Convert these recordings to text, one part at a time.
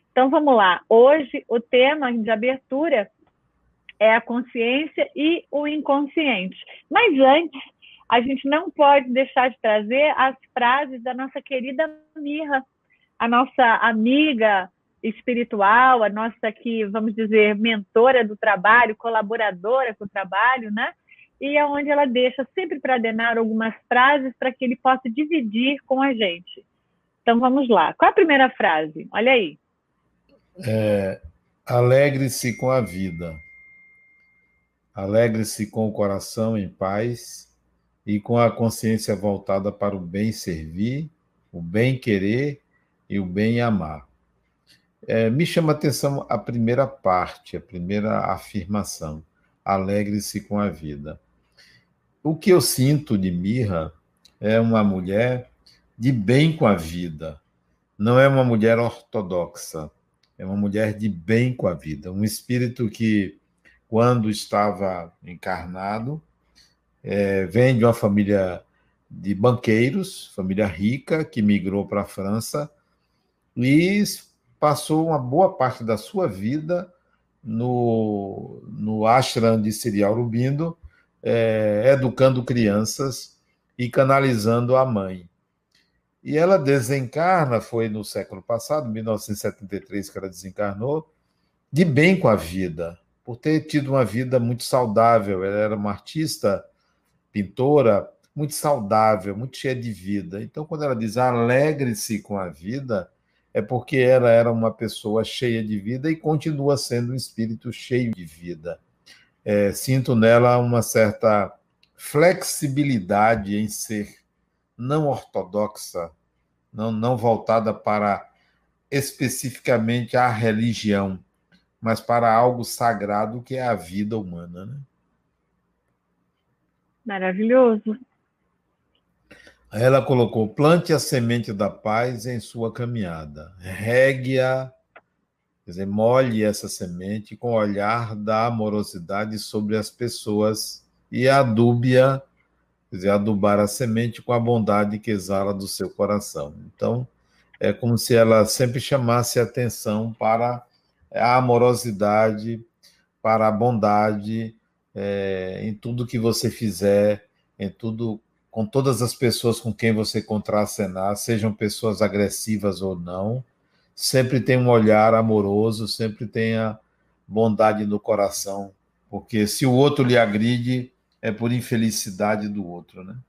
Então, vamos lá. Hoje, o tema de abertura é a consciência e o inconsciente. Mas antes, a gente não pode deixar de trazer as frases da nossa querida Mirra, a nossa amiga espiritual, a nossa, que vamos dizer, mentora do trabalho, colaboradora com o trabalho, né? E é onde ela deixa sempre para Adenauer algumas frases para que ele possa dividir com a gente. Então, vamos lá. Qual é a primeira frase? Olha aí. Alegre-se com a vida. Alegre-se com o coração em paz e com a consciência voltada para o bem servir, o bem querer e o bem amar. Me chama a atenção a primeira parte, a primeira afirmação. Alegre-se com a vida. O que eu sinto de Mirra é uma mulher de bem com a vida. Não é uma mulher ortodoxa, é uma mulher de bem com a vida. Um espírito que, quando estava encarnado, vem de uma família de banqueiros, família rica, que migrou para a França e passou uma boa parte da sua vida no ashram de Sri Aurobindo, educando crianças e canalizando a mãe. E ela desencarna, foi no século passado, 1973, que ela desencarnou, de bem com a vida, por ter tido uma vida muito saudável. Ela era uma artista, pintora, muito saudável, muito cheia de vida. Então, quando ela diz alegre-se com a vida, é porque ela era uma pessoa cheia de vida e continua sendo um espírito cheio de vida. Sinto nela uma certa flexibilidade em ser não ortodoxa, não voltada para especificamente a religião, mas para algo sagrado que é a vida humana, né? Maravilhoso. Ela colocou: plante a semente da paz em sua caminhada, regue-a, quer dizer, molhe essa semente com o olhar da amorosidade sobre as pessoas e adube-a, quer dizer, adubar a semente com a bondade que exala do seu coração. Então, é como se ela sempre chamasse atenção para a amorosidade, para a bondade, em tudo que você fizer, em tudo, com todas as pessoas com quem você contracenar, sejam pessoas agressivas ou não, sempre tem um olhar amoroso, sempre tenha bondade no coração, porque se o outro lhe agride, é por infelicidade do outro, né?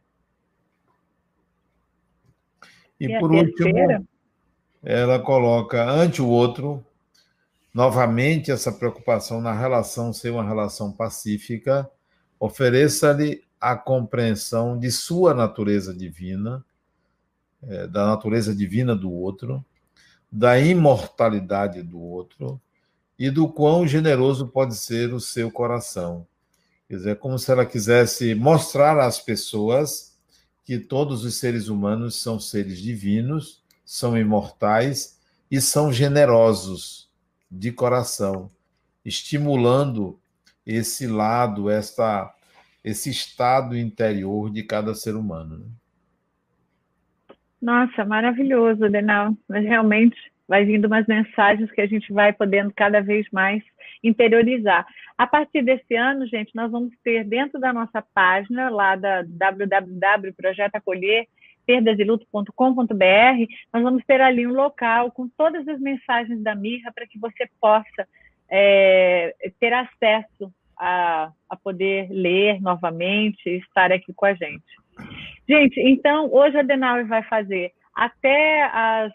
E E a por terceira? último, ela coloca ante o outro, novamente, essa preocupação na relação ser uma relação pacífica, ofereça-lhe a compreensão de sua natureza divina, da natureza divina do outro, da imortalidade do outro e do quão generoso pode ser o seu coração. Quer dizer, é como se ela quisesse mostrar às pessoas que todos os seres humanos são seres divinos, são imortais e são generosos de coração, estimulando esse lado, esse estado interior de cada ser humano, né? Nossa, maravilhoso, Adenauer. Mas realmente vai vindo umas mensagens que a gente vai podendo cada vez mais interiorizar. A partir desse ano, gente, nós vamos ter dentro da nossa página, lá da www.projetoacolher, perdaseluto.com.br, nós vamos ter ali um local com todas as mensagens da Mirra para que você possa ter acesso a poder ler novamente e estar aqui com a gente. Gente, então, hoje a Adenauer vai fazer até às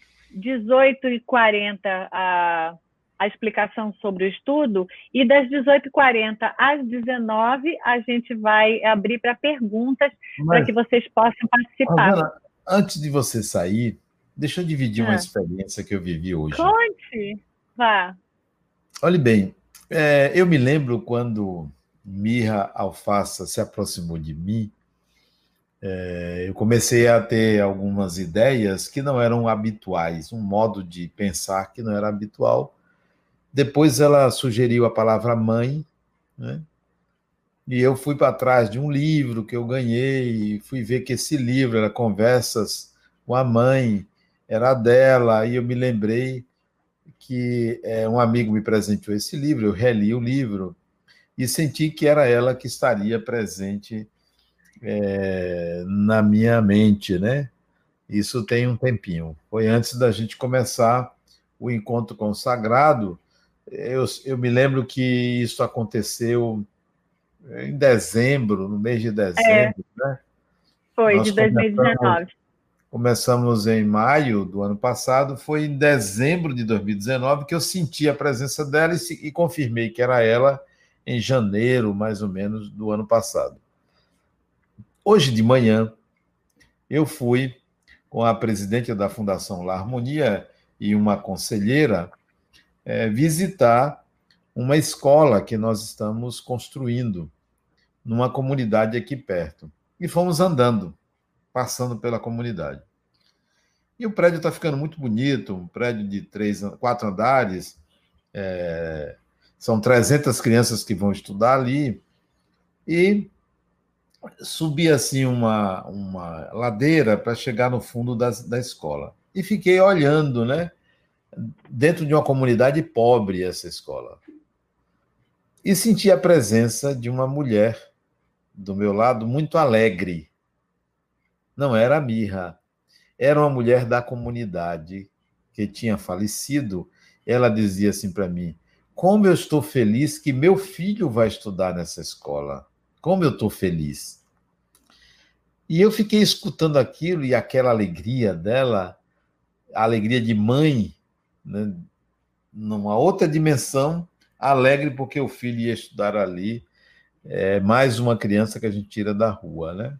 18h40 a explicação sobre o estudo, e das 18h40 às 19h a gente vai abrir para perguntas para que vocês possam participar. Rosana, antes de você sair, deixa eu dividir uma experiência que eu vivi hoje. Conte! Vá. Olhe bem, eu me lembro quando Mirra Alfaça se aproximou de mim, eu comecei a ter algumas ideias que não eram habituais, um modo de pensar que não era habitual. Depois ela sugeriu a palavra mãe, né? E eu fui para trás de um livro que eu ganhei, e fui ver que esse livro era Conversas com a Mãe, era dela, e eu me lembrei que um amigo me presenteou esse livro, eu reli o livro e senti que era ela que estaria presente na minha mente, né? Isso tem um tempinho. Foi antes da gente começar o encontro com o sagrado. Eu me lembro que isso aconteceu em dezembro, no mês de dezembro, né? Foi, de Nós 2019. começamos em maio do ano passado, foi em dezembro de 2019 que eu senti a presença dela e confirmei que era ela em janeiro, mais ou menos, do ano passado. Hoje de manhã, eu fui com a presidente da Fundação La Harmonia e uma conselheira visitar uma escola que nós estamos construindo numa comunidade aqui perto. E fomos andando, passando pela comunidade. E o prédio está ficando muito bonito, um prédio de 4 andares, são 300 crianças que vão estudar ali, e subi assim uma ladeira para chegar no fundo da escola. E fiquei olhando, né? Dentro de uma comunidade pobre, essa escola. E senti a presença de uma mulher do meu lado, muito alegre. Não era a Mirra, era uma mulher da comunidade que tinha falecido. Ela dizia assim para mim: como eu estou feliz que meu filho vai estudar nessa escola. Como eu estou feliz. E eu fiquei escutando aquilo e aquela alegria dela, a alegria de mãe, né, numa outra dimensão, alegre porque o filho ia estudar ali. Mais uma criança que a gente tira da rua, né?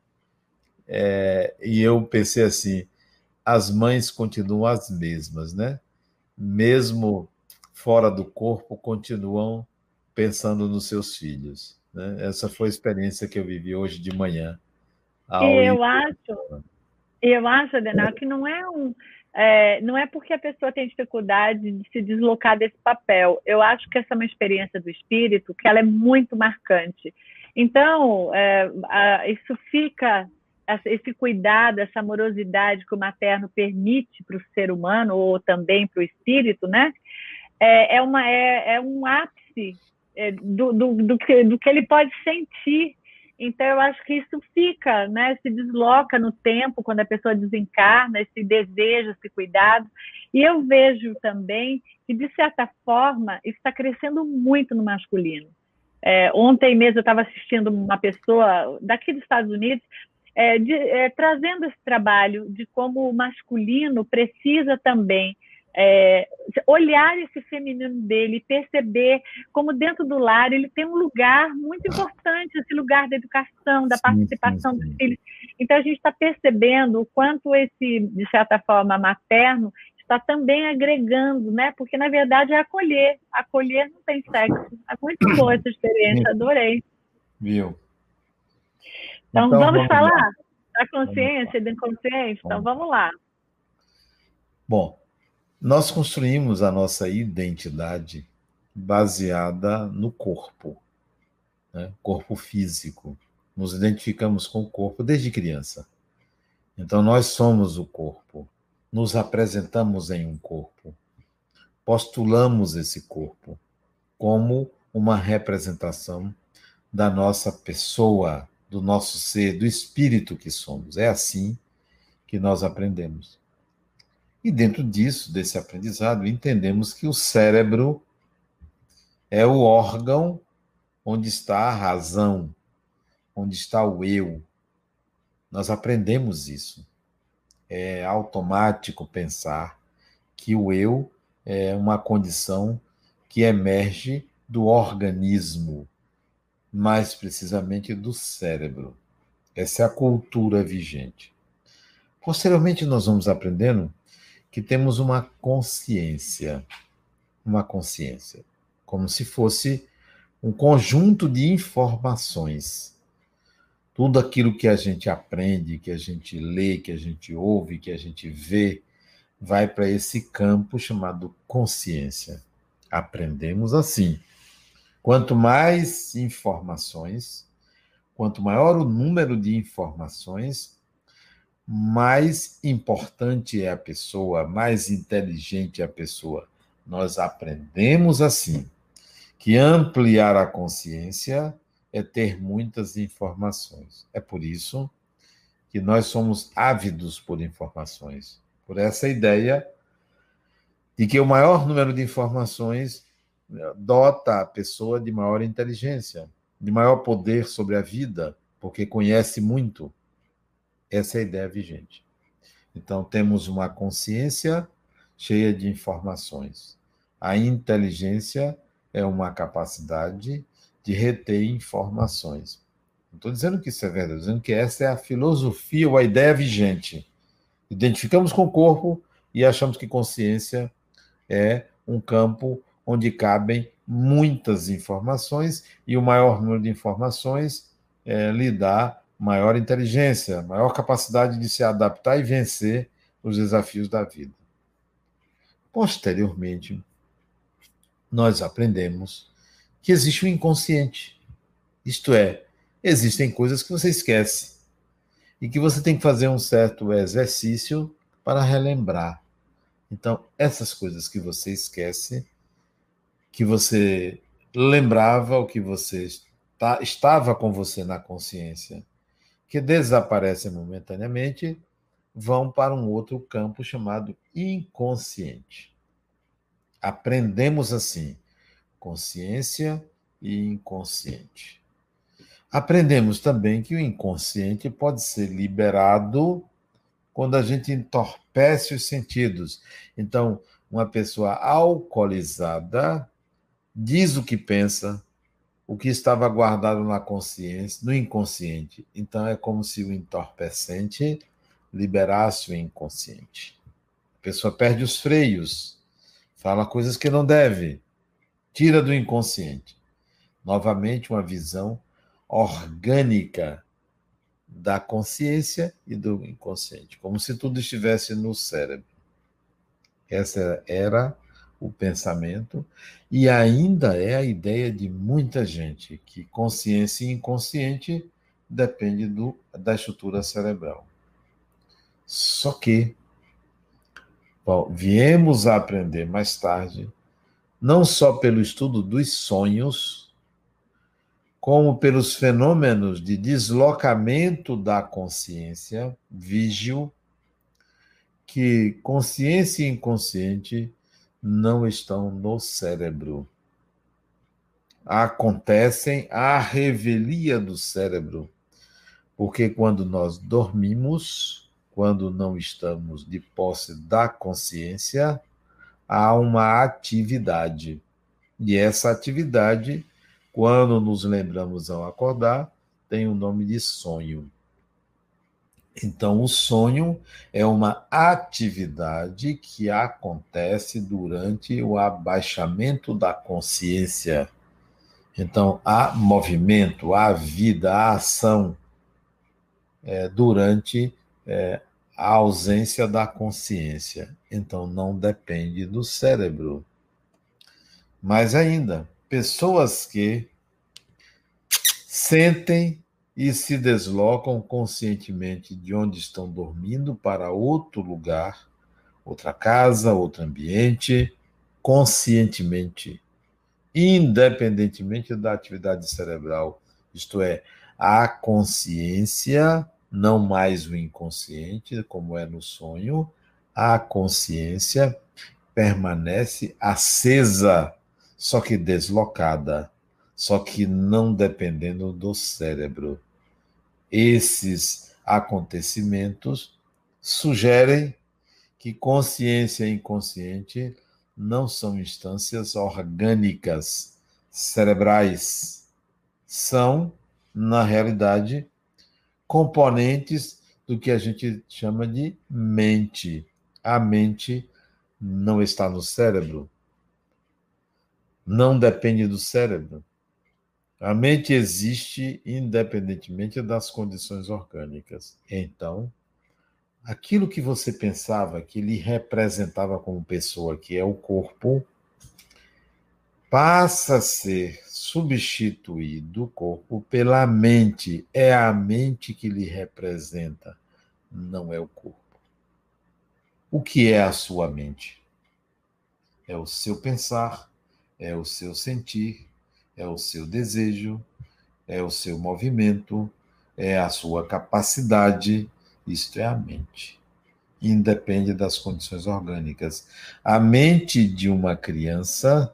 E eu pensei assim, as mães continuam as mesmas, né? Mesmo fora do corpo, continuam pensando nos seus filhos, né? Essa foi a experiência que eu vivi hoje de manhã. E eu acho, Adenal, que não é porque a pessoa tem dificuldade de se deslocar desse papel. Eu acho que essa é uma experiência do espírito que ela é muito marcante. Então, isso fica, esse cuidado, essa amorosidade que o materno permite para o ser humano, ou também para o espírito, né? É um ápice do que ele pode sentir. Então, eu acho que isso fica, né? Se desloca no tempo, quando a pessoa desencarna, esse desejo, esse cuidado. E eu vejo também que, de certa forma, isso está crescendo muito no masculino. Ontem mesmo eu estava assistindo uma pessoa daqui dos Estados Unidos trazendo esse trabalho de como o masculino precisa também olhar esse feminino dele, perceber como dentro do lar ele tem um lugar muito importante, esse lugar da educação, da participação dos filhos. Então a gente está percebendo o quanto esse, de certa forma, materno está também agregando, né? Porque na verdade é acolher não tem sexo. É muito boa essa experiência, adorei. Viu? Então vamos falar da consciência e do inconsciente? Então vamos lá. Bom, nós construímos a nossa identidade baseada no corpo, né? Corpo físico. Nos identificamos com o corpo desde criança. Então, nós somos o corpo, nos apresentamos em um corpo, postulamos esse corpo como uma representação da nossa pessoa, do nosso ser, do espírito que somos. É assim que nós aprendemos. E dentro disso, desse aprendizado, entendemos que o cérebro é o órgão onde está a razão, onde está o eu. Nós aprendemos isso. É automático pensar que o eu é uma condição que emerge do organismo, mais precisamente do cérebro. Essa é a cultura vigente. Posteriormente, nós vamos aprendendo que temos uma consciência, como se fosse um conjunto de informações. Tudo aquilo que a gente aprende, que a gente lê, que a gente ouve, que a gente vê, vai para esse campo chamado consciência. Aprendemos assim. Quanto mais informações, quanto maior o número de informações, mais importante é a pessoa, mais inteligente é a pessoa, Nós aprendemos assim, que ampliar a consciência é ter muitas informações. É por isso que nós somos ávidos por informações, por essa ideia de que o maior número de informações dota a pessoa de maior inteligência, de maior poder sobre a vida, porque conhece muito. Essa é a ideia vigente. Então, temos uma consciência cheia de informações. A inteligência é uma capacidade de reter informações. Não estou dizendo que isso é verdade, estou dizendo que essa é a filosofia ou a ideia vigente. Identificamos com o corpo e achamos que consciência é um campo onde cabem muitas informações e o maior número de informações lhe dá maior inteligência, maior capacidade de se adaptar e vencer os desafios da vida. Posteriormente, nós aprendemos que existe o inconsciente. Isto é, existem coisas que você esquece e que você tem que fazer um certo exercício para relembrar. Então, essas coisas que você esquece, que você lembrava, o que você estava com você na consciência, que desaparecem momentaneamente, vão para um outro campo chamado inconsciente. Aprendemos assim, consciência e inconsciente. Aprendemos também que o inconsciente pode ser liberado quando a gente entorpece os sentidos. Então, uma pessoa alcoolizada diz o que pensa, o que estava guardado na consciência, no inconsciente. Então, é como se o entorpecente liberasse o inconsciente. A pessoa perde os freios, fala coisas que não deve, tira do inconsciente. Novamente, uma visão orgânica da consciência e do inconsciente, como se tudo estivesse no cérebro. Essa era o pensamento e ainda é a ideia de muita gente, que consciência e inconsciente depende da estrutura cerebral. Só que viemos a aprender mais tarde, não só pelo estudo dos sonhos, como pelos fenômenos de deslocamento da consciência, vígil, que consciência e inconsciente não estão no cérebro. Acontecem à revelia do cérebro, porque quando nós dormimos, quando não estamos de posse da consciência, há uma atividade. E essa atividade, quando nos lembramos ao acordar, tem o nome de sonho. Então, o sonho é uma atividade que acontece durante o abaixamento da consciência. Então, há movimento, há vida, há ação durante a ausência da consciência. Então, não depende do cérebro. Mais ainda, pessoas que sentem e se deslocam conscientemente de onde estão dormindo para outro lugar, outra casa, outro ambiente, conscientemente, independentemente da atividade cerebral. Isto é, a consciência, não mais o inconsciente, como é no sonho, a consciência permanece acesa, só que deslocada, só que não dependendo do cérebro. Esses acontecimentos sugerem que consciência e inconsciente não são instâncias orgânicas, cerebrais. São, na realidade, componentes do que a gente chama de mente. A mente não está no cérebro, não depende do cérebro. A mente existe independentemente das condições orgânicas. Então, aquilo que você pensava que lhe representava como pessoa, que é o corpo, passa a ser substituído o corpo pela mente. É a mente que lhe representa, não é o corpo. O que é a sua mente? é o seu pensar, é o seu sentir, é o seu desejo, é o seu movimento, é a sua capacidade. Isto é a mente. Independe das condições orgânicas. A mente de uma criança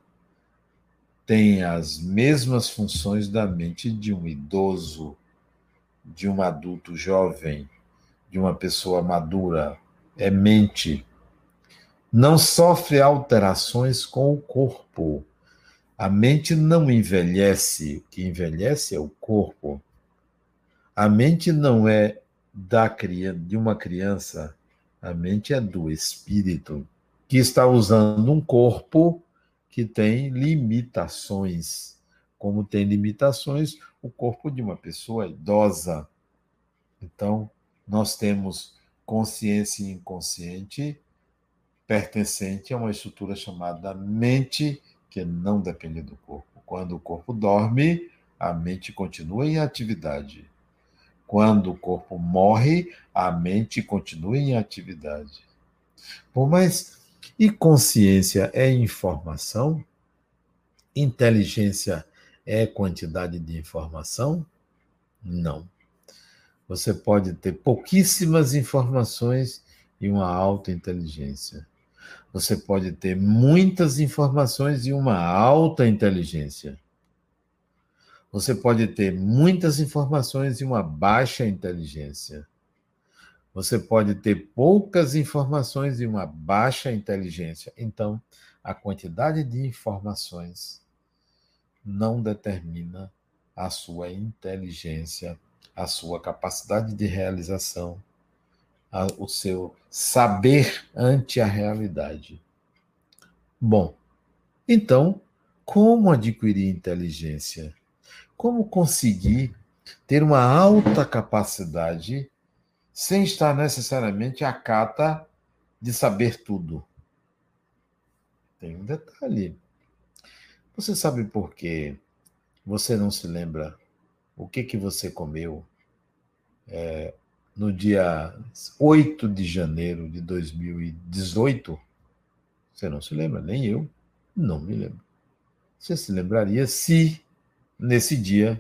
tem as mesmas funções da mente de um idoso, de um adulto jovem, de uma pessoa madura. É mente. Não sofre alterações com o corpo. A mente não envelhece. O que envelhece é o corpo. A mente não é de uma criança, a mente é do espírito, que está usando um corpo que tem limitações, como tem limitações o corpo de uma pessoa idosa. Então, nós temos consciência e inconsciente pertencente a uma estrutura chamada mente, que não depende do corpo. Quando o corpo dorme, a mente continua em atividade. Quando o corpo morre, a mente continua em atividade. Bom, mas e consciência é informação? Inteligência é quantidade de informação? Não. Você pode ter pouquíssimas informações e uma alta inteligência. Você pode ter muitas informações e uma alta inteligência. Você pode ter muitas informações e uma baixa inteligência. Você pode ter poucas informações e uma baixa inteligência. Então, a quantidade de informações não determina a sua inteligência, a sua capacidade de realização, o seu saber ante a realidade. Bom, então, como adquirir inteligência? Como conseguir ter uma alta capacidade sem estar necessariamente à cata de saber tudo? Tem um detalhe. Você sabe por que você não se lembra o que você comeu no dia 8 de janeiro de 2018? Você não se lembra, nem eu não me lembro. Você se lembraria se, nesse dia,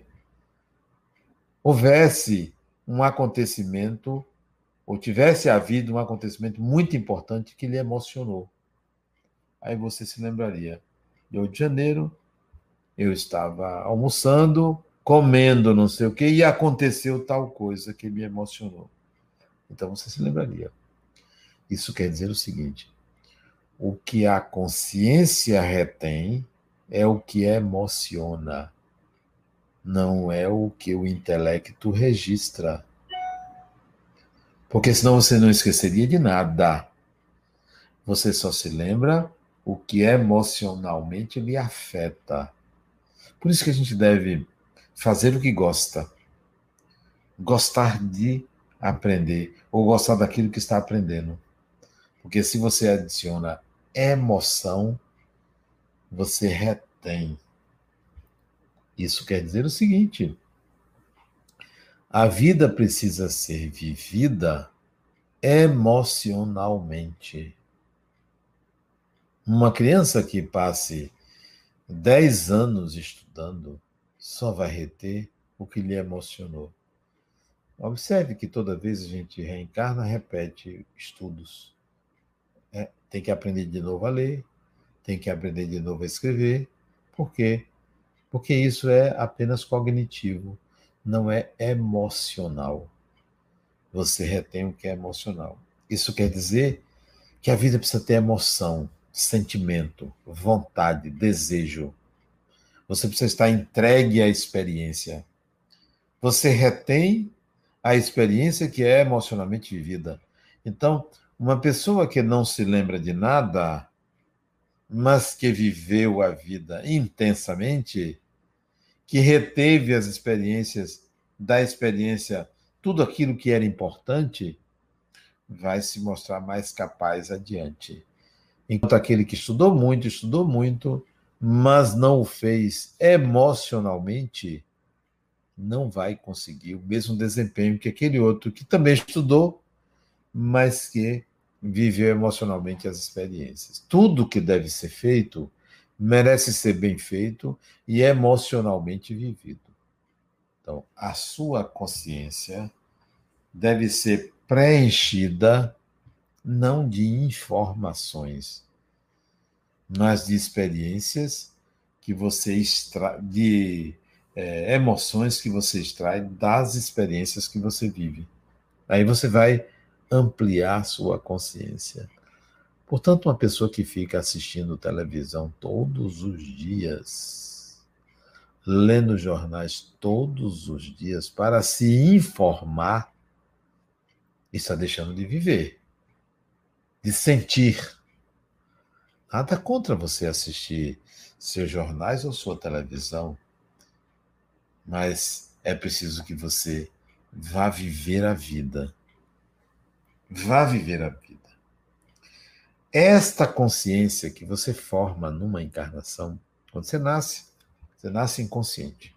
houvesse um acontecimento, ou tivesse havido um acontecimento muito importante que lhe emocionou. Aí você se lembraria. De 8 de janeiro, eu estava almoçando, comendo não sei o quê, e aconteceu tal coisa que me emocionou. Então você se lembraria. Isso quer dizer o seguinte: o que a consciência retém é o que emociona, não é o que o intelecto registra. Porque senão você não esqueceria de nada. Você só se lembra o que emocionalmente lhe afeta. Por isso que a gente deve fazer o que gosta. Gostar de aprender, ou gostar daquilo que está aprendendo. Porque se você adiciona emoção, você retém. Isso quer dizer o seguinte: a vida precisa ser vivida emocionalmente. Uma criança que passe 10 anos estudando só vai reter o que lhe emocionou. Observe que toda vez a gente reencarna, repete estudos. Tem que aprender de novo a ler, tem que aprender de novo a escrever. Por quê? Porque isso é apenas cognitivo, não é emocional. Você retém o que é emocional. Isso quer dizer que a vida precisa ter emoção, sentimento, vontade, desejo. Você precisa estar entregue à experiência. Você retém a experiência que é emocionalmente vivida. Então, uma pessoa que não se lembra de nada, mas que viveu a vida intensamente, que reteve as experiências da experiência, tudo aquilo que era importante, vai se mostrar mais capaz adiante. Enquanto aquele que estudou muito, mas não o fez emocionalmente, não vai conseguir o mesmo desempenho que aquele outro que também estudou, mas que viveu emocionalmente as experiências. Tudo que deve ser feito merece ser bem feito e emocionalmente vivido. Então, a sua consciência deve ser preenchida não de informações, mas de experiências que você extrai, de emoções que você extrai das experiências que você vive. Aí você vai ampliar sua consciência. Portanto, uma pessoa que fica assistindo televisão todos os dias, lendo jornais todos os dias para se informar, está deixando de viver, de sentir. Nada contra você assistir seus jornais ou sua televisão, mas é preciso que você vá viver a vida. Vá viver a vida. Esta consciência que você forma numa encarnação, quando você nasce inconsciente.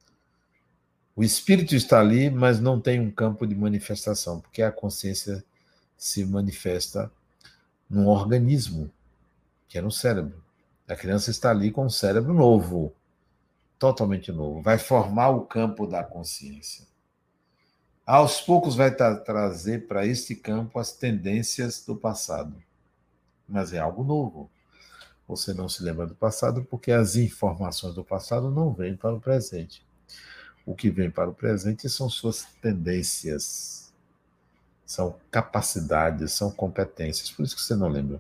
O espírito está ali, mas não tem um campo de manifestação, porque a consciência se manifesta num organismo, que é no cérebro. A criança está ali com um cérebro novo, totalmente novo. Vai formar o campo da consciência. Aos poucos vai trazer para este campo as tendências do passado. Mas é algo novo. Você não se lembra do passado porque as informações do passado não vêm para o presente. O que vem para o presente são suas tendências, são capacidades, são competências. Por isso que você não lembra.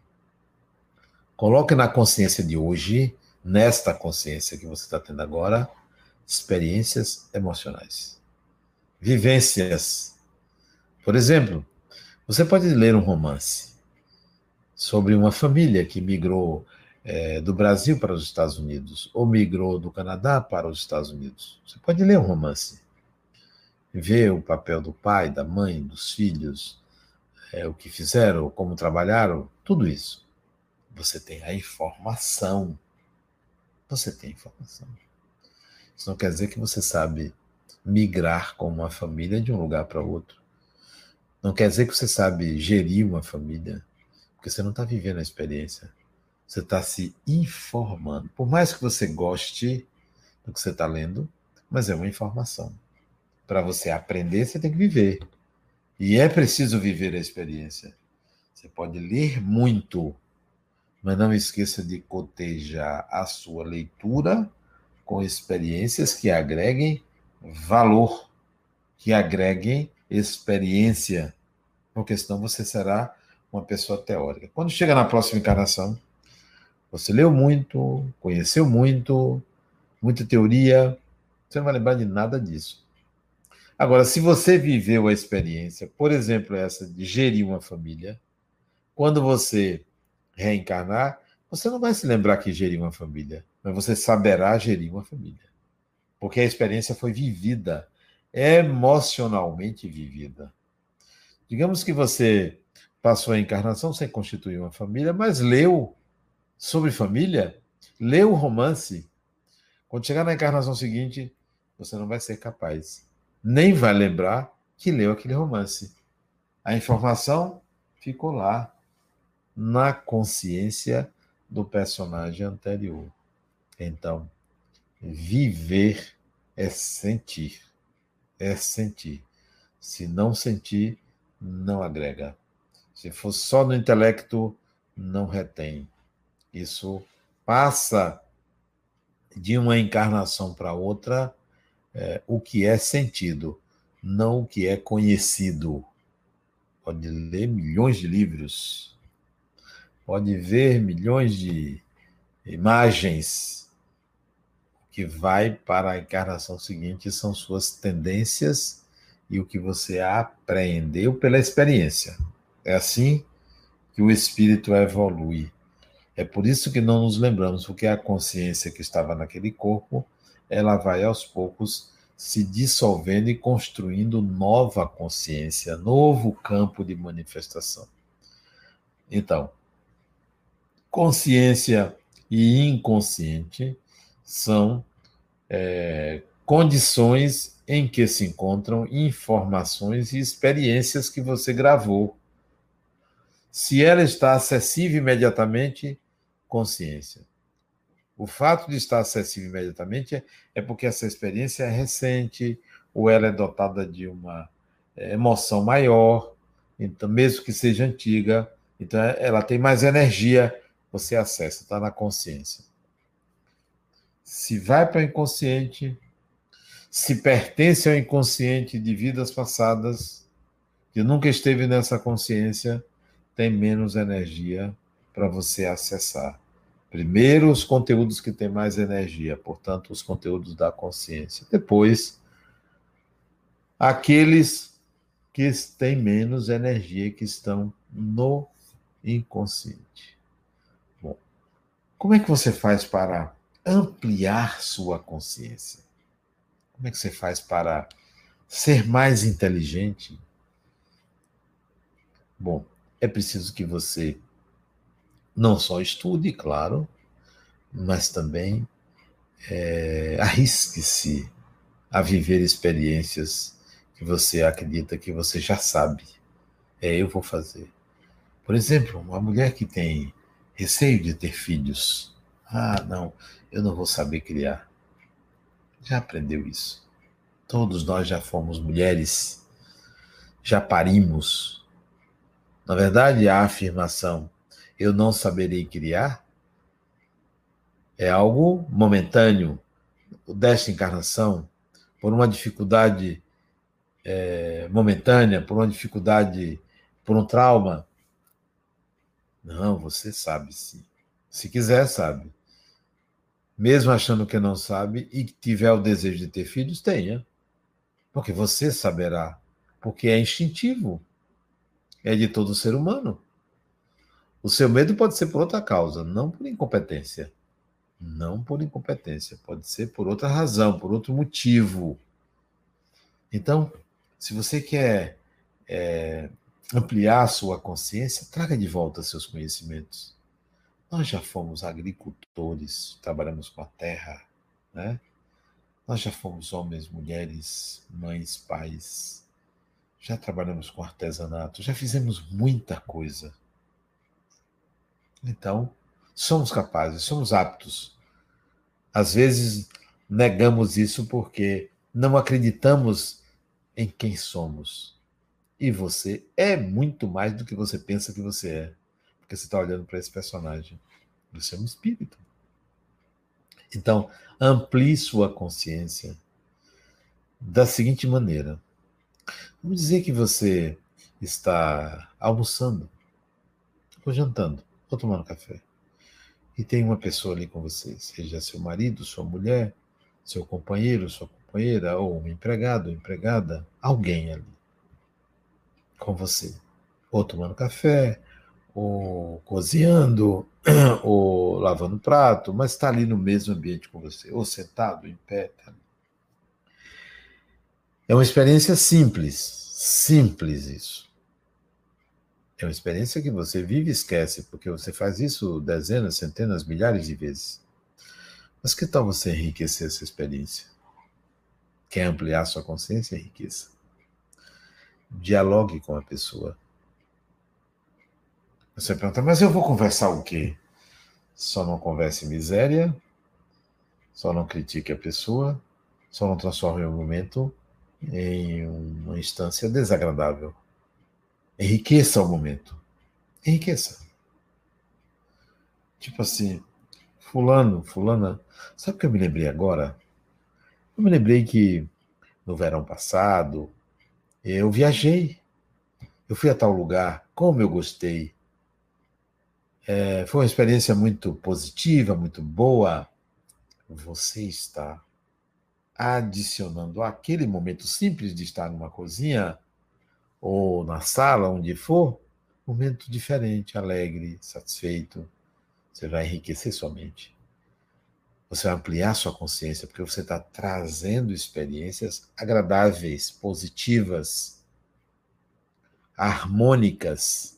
Coloque na consciência de hoje, nesta consciência que você está tendo agora, experiências emocionais, vivências. Por exemplo, você pode ler um romance sobre uma família que migrou do Brasil para os Estados Unidos, ou migrou do Canadá para os Estados Unidos. Você pode ler um romance, ver o papel do pai, da mãe, dos filhos, o que fizeram, como trabalharam, tudo isso. Você tem a informação. Você tem informação. Isso não quer dizer que você sabe migrar com uma família de um lugar para outro. Não quer dizer que você sabe gerir uma família, porque você não está vivendo a experiência. Você está se informando. Por mais que você goste do que você está lendo, mas é uma informação. Para você aprender, você tem que viver. E é preciso viver a experiência. Você pode ler muito, mas não esqueça de cotejar a sua leitura com experiências que agreguem valor, que agreguem experiência, porque senão você será uma pessoa teórica. Quando chega na próxima encarnação, você leu muito, conheceu muito, muita teoria, você não vai lembrar de nada disso. Agora, se você viveu a experiência, por exemplo, essa de gerir uma família, quando você reencarnar, você não vai se lembrar que geriu uma família, mas você saberá gerir uma família. Porque a experiência foi vivida, emocionalmente vivida. Digamos que você passou a encarnação sem constituir uma família, mas leu sobre família, leu o romance. Quando chegar na encarnação seguinte, você não vai ser capaz, nem vai lembrar que leu aquele romance. A informação ficou lá, na consciência do personagem anterior. Então, viver é sentir. É sentir. Se não sentir, não agrega. Se for só no intelecto, não retém. Isso passa de uma encarnação para outra o que é sentido, não o que é conhecido. Pode ler milhões de livros, pode ver milhões de imagens. O que vai para a encarnação seguinte são suas tendências e o que você aprendeu pela experiência. É assim que o espírito evolui. É por isso que não nos lembramos, porque a consciência que estava naquele corpo, ela vai aos poucos se dissolvendo e construindo nova consciência, novo campo de manifestação. Então, consciência e inconsciente são condições em que se encontram informações e experiências que você gravou. Se ela está acessível imediatamente, consciência. O fato de estar acessível imediatamente é porque essa experiência é recente, ou ela é dotada de uma emoção maior, então, mesmo que seja antiga, então ela tem mais energia, você acessa, está na consciência. Se vai para o inconsciente, se pertence ao inconsciente de vidas passadas, que nunca esteve nessa consciência, tem menos energia para você acessar. Primeiro, os conteúdos que têm mais energia, portanto, os conteúdos da consciência. Depois, aqueles que têm menos energia, que estão no inconsciente. Bom, como é que você faz para ampliar sua consciência? Como é que você faz para ser mais inteligente? Bom, é preciso que você não só estude, claro, mas também arrisque-se a viver experiências que você acredita que você já sabe. Eu vou fazer. Por exemplo, uma mulher que tem receio de ter filhos. Ah, não, eu não vou saber criar. Já aprendeu isso. Todos nós já fomos mulheres, já parimos. Na verdade, a afirmação eu não saberei criar é algo momentâneo, desta encarnação, por uma dificuldade momentânea, por uma dificuldade, por um trauma. Não, você sabe sim. Se quiser, sabe. Mesmo achando que não sabe e que tiver o desejo de ter filhos, tenha. Porque você saberá. Porque é instintivo. É de todo ser humano. O seu medo pode ser por outra causa, não por incompetência. Não por incompetência. Pode ser por outra razão, por outro motivo. Então, se você quer ampliar a sua consciência, traga de volta seus conhecimentos. Nós já fomos agricultores, trabalhamos com a terra, né? Nós já fomos homens, mulheres, mães, pais, já trabalhamos com artesanato, já fizemos muita coisa. Então, somos capazes, somos aptos. Às vezes, negamos isso porque não acreditamos em quem somos. E você é muito mais do que você pensa que você é. Porque você está olhando para esse personagem. Você é um espírito. Então, amplie sua consciência da seguinte maneira. Vamos dizer que você está almoçando, ou jantando, ou tomando café. E tem uma pessoa ali com você, seja seu marido, sua mulher, seu companheiro, sua companheira, ou um empregado, empregada, alguém ali com você. Ou tomando café, ou cozinhando, ou lavando prato, mas está ali no mesmo ambiente com você, ou sentado, em pé. Tá. É uma experiência simples, simples isso. É uma experiência que você vive e esquece, porque você faz isso dezenas, centenas, milhares de vezes. Mas que tal você enriquecer essa experiência? Quer ampliar sua consciência? Enriqueça. Dialogue com a pessoa. Você pergunta, mas eu vou conversar o quê? Só não converse miséria, só não critique a pessoa, só não transforme o momento em uma instância desagradável. Enriqueça o momento. Enriqueça. Tipo assim, fulano, fulana, sabe o que eu me lembrei agora? Eu me lembrei que no verão passado eu viajei, eu fui a tal lugar, como eu gostei. Foi uma experiência muito positiva, muito boa. Você está adicionando àquele momento simples de estar numa cozinha ou na sala, onde for, um momento diferente, alegre, satisfeito. Você vai enriquecer sua mente. Você vai ampliar sua consciência, porque você está trazendo experiências agradáveis, positivas, harmônicas.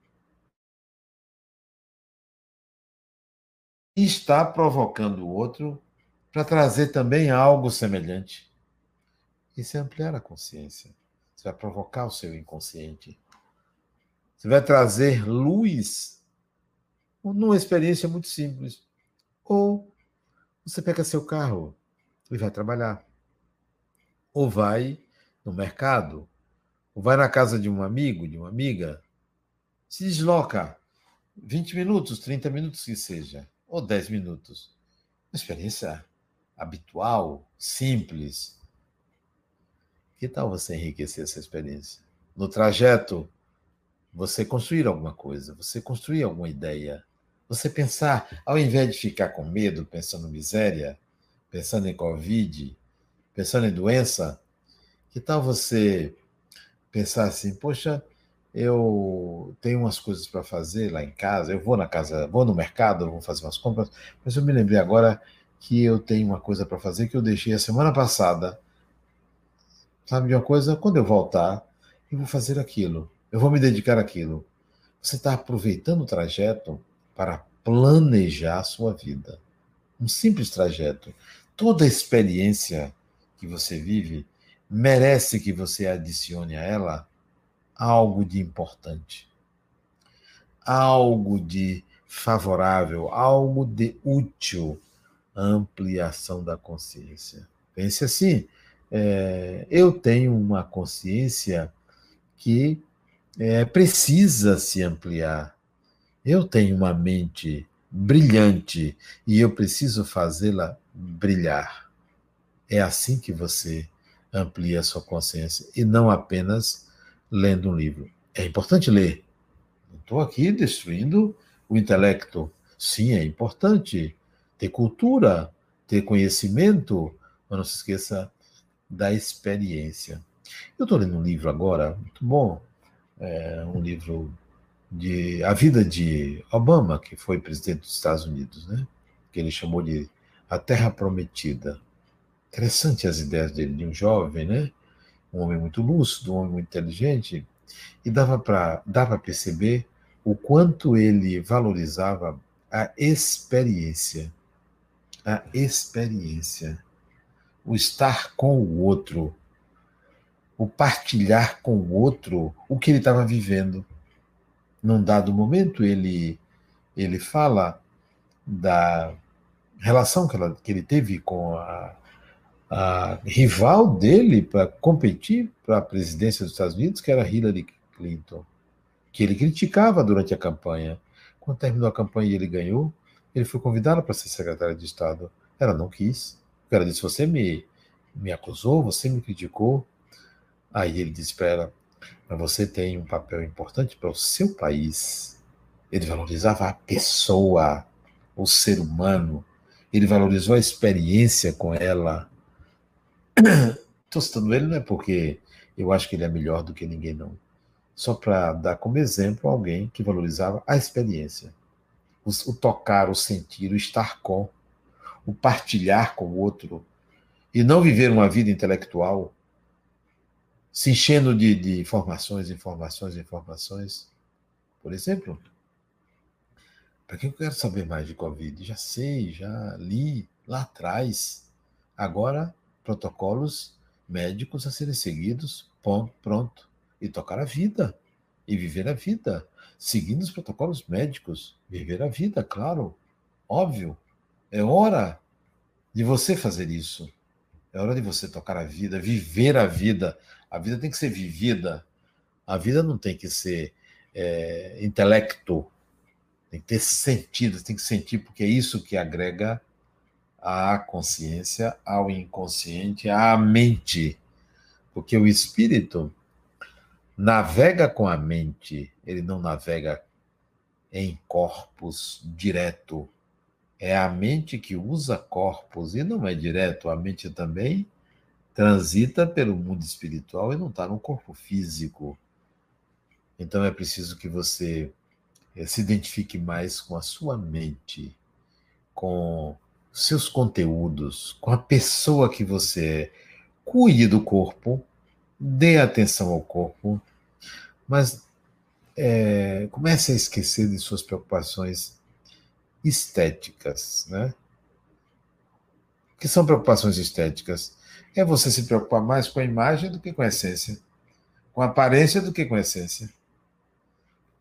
E está provocando o outro para trazer também algo semelhante. Isso é ampliar a consciência. Você vai provocar o seu inconsciente. Você vai trazer luz numa experiência muito simples. Ou você pega seu carro e vai trabalhar. Ou vai no mercado. Ou vai na casa de um amigo, de uma amiga. Se desloca 20 minutos, 30 minutos que seja. Ou 10 minutos. Uma experiência habitual, simples. Que tal você enriquecer essa experiência? No trajeto, você construir alguma coisa, você construir alguma ideia, você pensar, ao invés de ficar com medo, pensando em miséria, pensando em Covid, pensando em doença, que tal você pensar assim, poxa, eu tenho umas coisas para fazer lá em casa, eu vou na casa, vou no mercado, vou fazer umas compras, mas eu me lembrei agora que eu tenho uma coisa para fazer que eu deixei a semana passada. Sabe de uma coisa? Quando eu voltar, eu vou fazer aquilo. Eu vou me dedicar àquilo. Você está aproveitando o trajeto para planejar a sua vida. Um simples trajeto. Toda experiência que você vive merece que você adicione a ela algo de importante, algo de favorável, algo de útil, ampliação da consciência. Pense assim, eu tenho uma consciência que precisa se ampliar. Eu tenho uma mente brilhante e eu preciso fazê-la brilhar. É assim que você amplia a sua consciência e não apenas lendo um livro. É importante ler. Não estou aqui destruindo o intelecto. Sim, é importante ter cultura, ter conhecimento, mas não se esqueça da experiência. Eu estou lendo um livro agora, muito bom, um livro de A Vida de Obama, que foi presidente dos Estados Unidos, né? Que ele chamou de A Terra Prometida. Interessante as ideias dele, de um jovem, né? Um homem muito lúcido, um homem muito inteligente, e dava para perceber o quanto ele valorizava a experiência, o estar com o outro, o partilhar com o outro o que ele estava vivendo. Num dado momento, ele fala da relação que ele teve com a rival dele para competir para a presidência dos Estados Unidos, que era Hillary Clinton, que ele criticava durante a campanha. Quando terminou a campanha e ele ganhou, ele foi convidado para ser secretário de Estado. Ela não quis. O cara disse, você me acusou, você me criticou. Aí ele disse para ela, mas você tem um papel importante para o seu país. Ele valorizava a pessoa, o ser humano. Ele valorizou a experiência com ela. Estou citando ele não é porque eu acho que ele é melhor do que ninguém, não. Só para dar como exemplo alguém que valorizava a experiência. O tocar, o sentir, o estar com, o partilhar com o outro. E não viver uma vida intelectual se enchendo de informações. Por exemplo, para que eu quero saber mais de Covid? Já sei, já li lá atrás. Agora, protocolos médicos a serem seguidos, pronto. E tocar a vida. E viver a vida. Seguindo os protocolos médicos. Viver a vida, claro. Óbvio. É hora de você fazer isso. É hora de você tocar a vida, viver a vida. A vida tem que ser vivida. A vida não tem que ser intelecto. Tem que ter sentido, tem que sentir, porque é isso que agrega à consciência, ao inconsciente, à mente. Porque o espírito navega com a mente, ele não navega em corpos direto. É a mente que usa corpos e não é direto. A mente também transita pelo mundo espiritual e não está no corpo físico. Então é preciso que você se identifique mais com a sua mente, com seus conteúdos, com a pessoa que você é. Cuide do corpo, dê atenção ao corpo, mas comece a esquecer de suas preocupações estéticas, né? O que são preocupações estéticas? É você se preocupar mais com a imagem do que com a essência, com a aparência do que com a essência.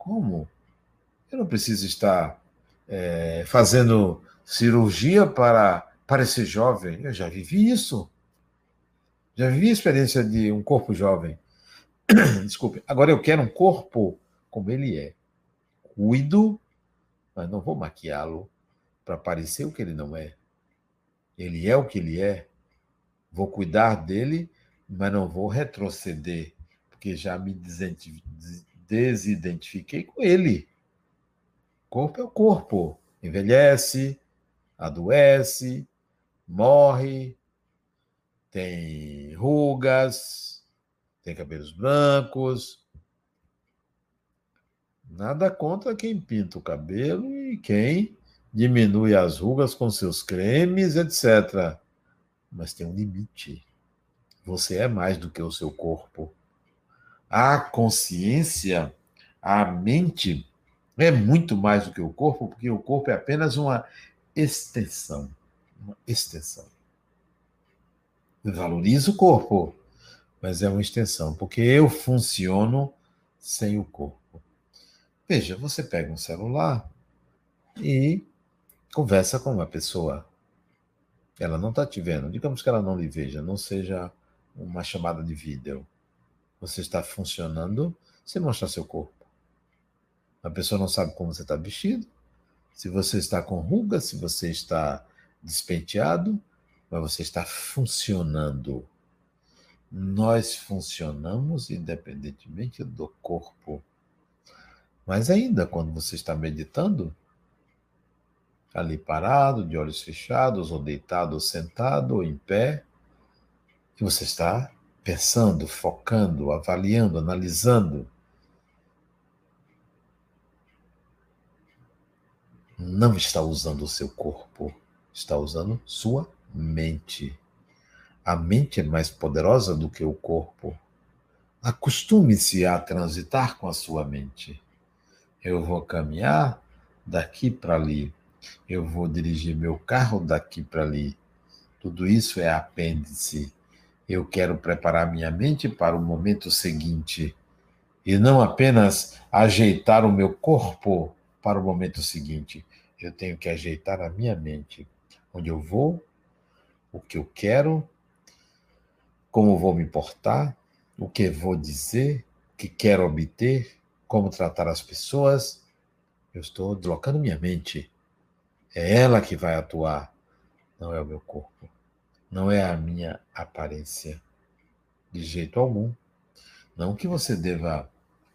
Como? Eu não preciso estar fazendo cirurgia para parecer jovem. Eu já vivi isso. Já vivi a experiência de um corpo jovem. Desculpe. Agora eu quero um corpo como ele é. Cuido, mas não vou maquiá-lo para parecer o que ele não é. Ele é o que ele é. Vou cuidar dele, mas não vou retroceder, porque já me desidentifiquei com ele. Corpo é o corpo. Envelhece, adoece, morre, tem rugas, tem cabelos brancos. Nada contra quem pinta o cabelo e quem diminui as rugas com seus cremes, etc. Mas tem um limite. Você é mais do que o seu corpo. A consciência, a mente, é muito mais do que o corpo, porque o corpo é apenas uma extensão. Uma extensão. Eu valorizo o corpo, mas é uma extensão, porque eu funciono sem o corpo. Veja, você pega um celular e conversa com uma pessoa. Ela não está te vendo. Digamos que ela não lhe veja, não seja uma chamada de vídeo. Você está funcionando sem mostrar seu corpo. A pessoa não sabe como você está vestido, se você está com ruga, se você está despenteado, mas você está funcionando. Nós funcionamos independentemente do corpo. Mas ainda, quando você está meditando, ali parado, de olhos fechados, ou deitado, ou sentado, ou em pé, e você está pensando, focando, avaliando, analisando, não está usando o seu corpo, está usando sua mente. A mente é mais poderosa do que o corpo. Acostume-se a transitar com a sua mente. Eu vou caminhar daqui para ali. Eu vou dirigir meu carro daqui para ali. Tudo isso é apêndice. Eu quero preparar minha mente para o momento seguinte e não apenas ajeitar o meu corpo para o momento seguinte. Eu tenho que ajeitar a minha mente. Onde eu vou, o que eu quero, como vou me portar, o que vou dizer, o que quero obter, como tratar as pessoas. Eu estou deslocando minha mente. É ela que vai atuar, não é o meu corpo. Não é a minha aparência. De jeito algum. Não que você deva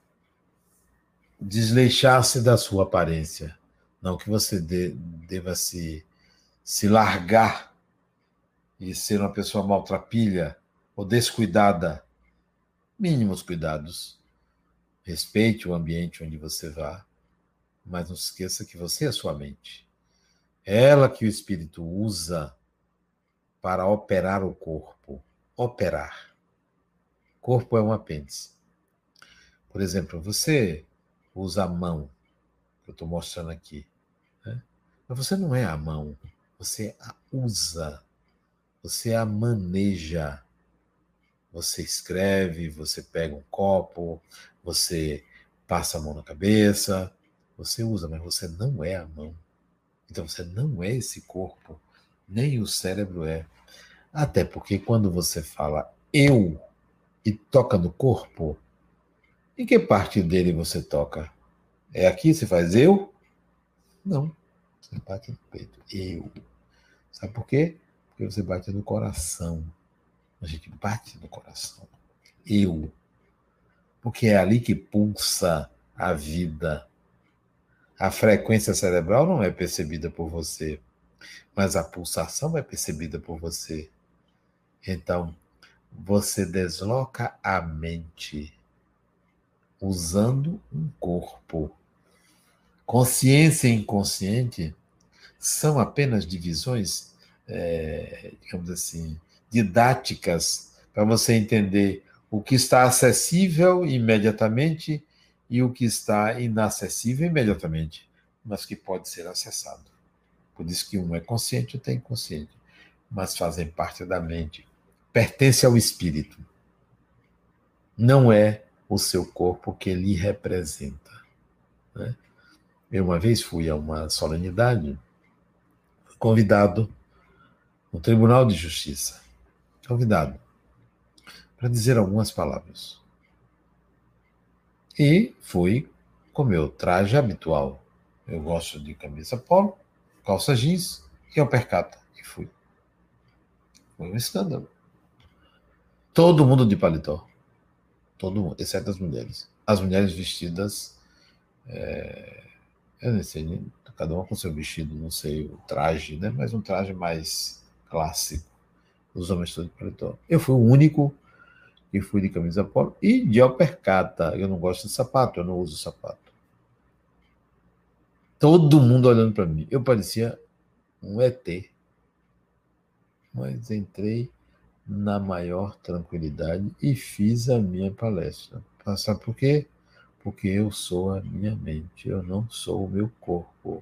desleixar-se da sua aparência. Não que você deva se largar e ser uma pessoa maltrapilha ou descuidada. Mínimos cuidados. Respeite o ambiente onde você vá, mas não se esqueça que você é a sua mente. É ela que o espírito usa para operar o corpo. Operar. Corpo é um apêndice. Por exemplo, você usa a mão, que eu estou mostrando aqui, né? Mas você não é a mão, você a usa, você a maneja. Você escreve, você pega um copo, você passa a mão na cabeça, você usa, mas você não é a mão. Então você não é esse corpo, nem o cérebro é. Até porque quando você fala eu e toca no corpo, em que parte dele você toca? É aqui, você faz eu? Não. Você bate no peito. Eu. Sabe por quê? Porque você bate no coração. A gente bate no coração. Eu. Porque é ali que pulsa a vida. A frequência cerebral não é percebida por você, mas a pulsação é percebida por você. Então, você desloca a mente usando um corpo. Consciência e inconsciente são apenas divisões, digamos assim, didáticas para você entender o que está acessível imediatamente e o que está inacessível imediatamente, mas que pode ser acessado. Por isso que um é consciente e outro é inconsciente, mas fazem parte da mente. Pertence ao espírito. Não é o seu corpo que lhe representa. né? Eu uma vez fui a uma solenidade, convidado no Tribunal de Justiça, convidado para dizer algumas palavras. E fui com meu traje habitual. Eu gosto de camisa polo, calça jeans e alpercata. E fui. Foi um escândalo. Todo mundo de paletó. Todo mundo, exceto as mulheres. As mulheres vestidas, eu não sei, cada uma com seu vestido, não sei o traje, né? Mas um traje mais clássico. Os homens todos de paletó. Eu fui o único que fui de camisa polo e de alpercata. Eu não gosto de sapato, eu não uso sapato. Todo mundo olhando para mim. Eu parecia um ET. Mas entrei na maior tranquilidade e fiz a minha palestra. Sabe por quê? Porque eu sou a minha mente, eu não sou o meu corpo.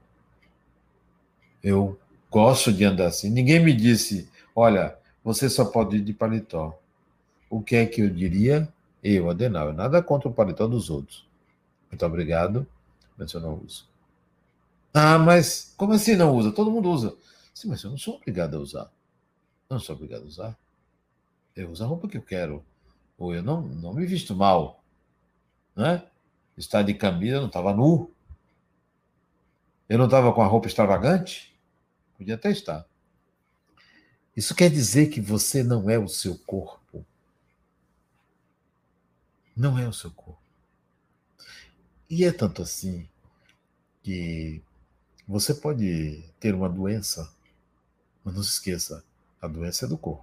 Eu gosto de andar assim. Ninguém me disse, olha, você só pode ir de paletó. O que é que eu diria? Eu, Adenauer, nada contra o paletó dos outros. Muito obrigado, mas eu não uso. Ah, mas como assim não usa? Todo mundo usa. Sim, mas eu não sou obrigado a usar. Não sou obrigado a usar. Eu uso a roupa que eu quero. Ou eu não me visto mal. Né? Estar de camisa, eu não estava nu. Eu não estava com a roupa extravagante. Podia até estar. Isso quer dizer que você não é o seu corpo. Não é o seu corpo. E é tanto assim que você pode ter uma doença, mas não se esqueça, a doença é do corpo.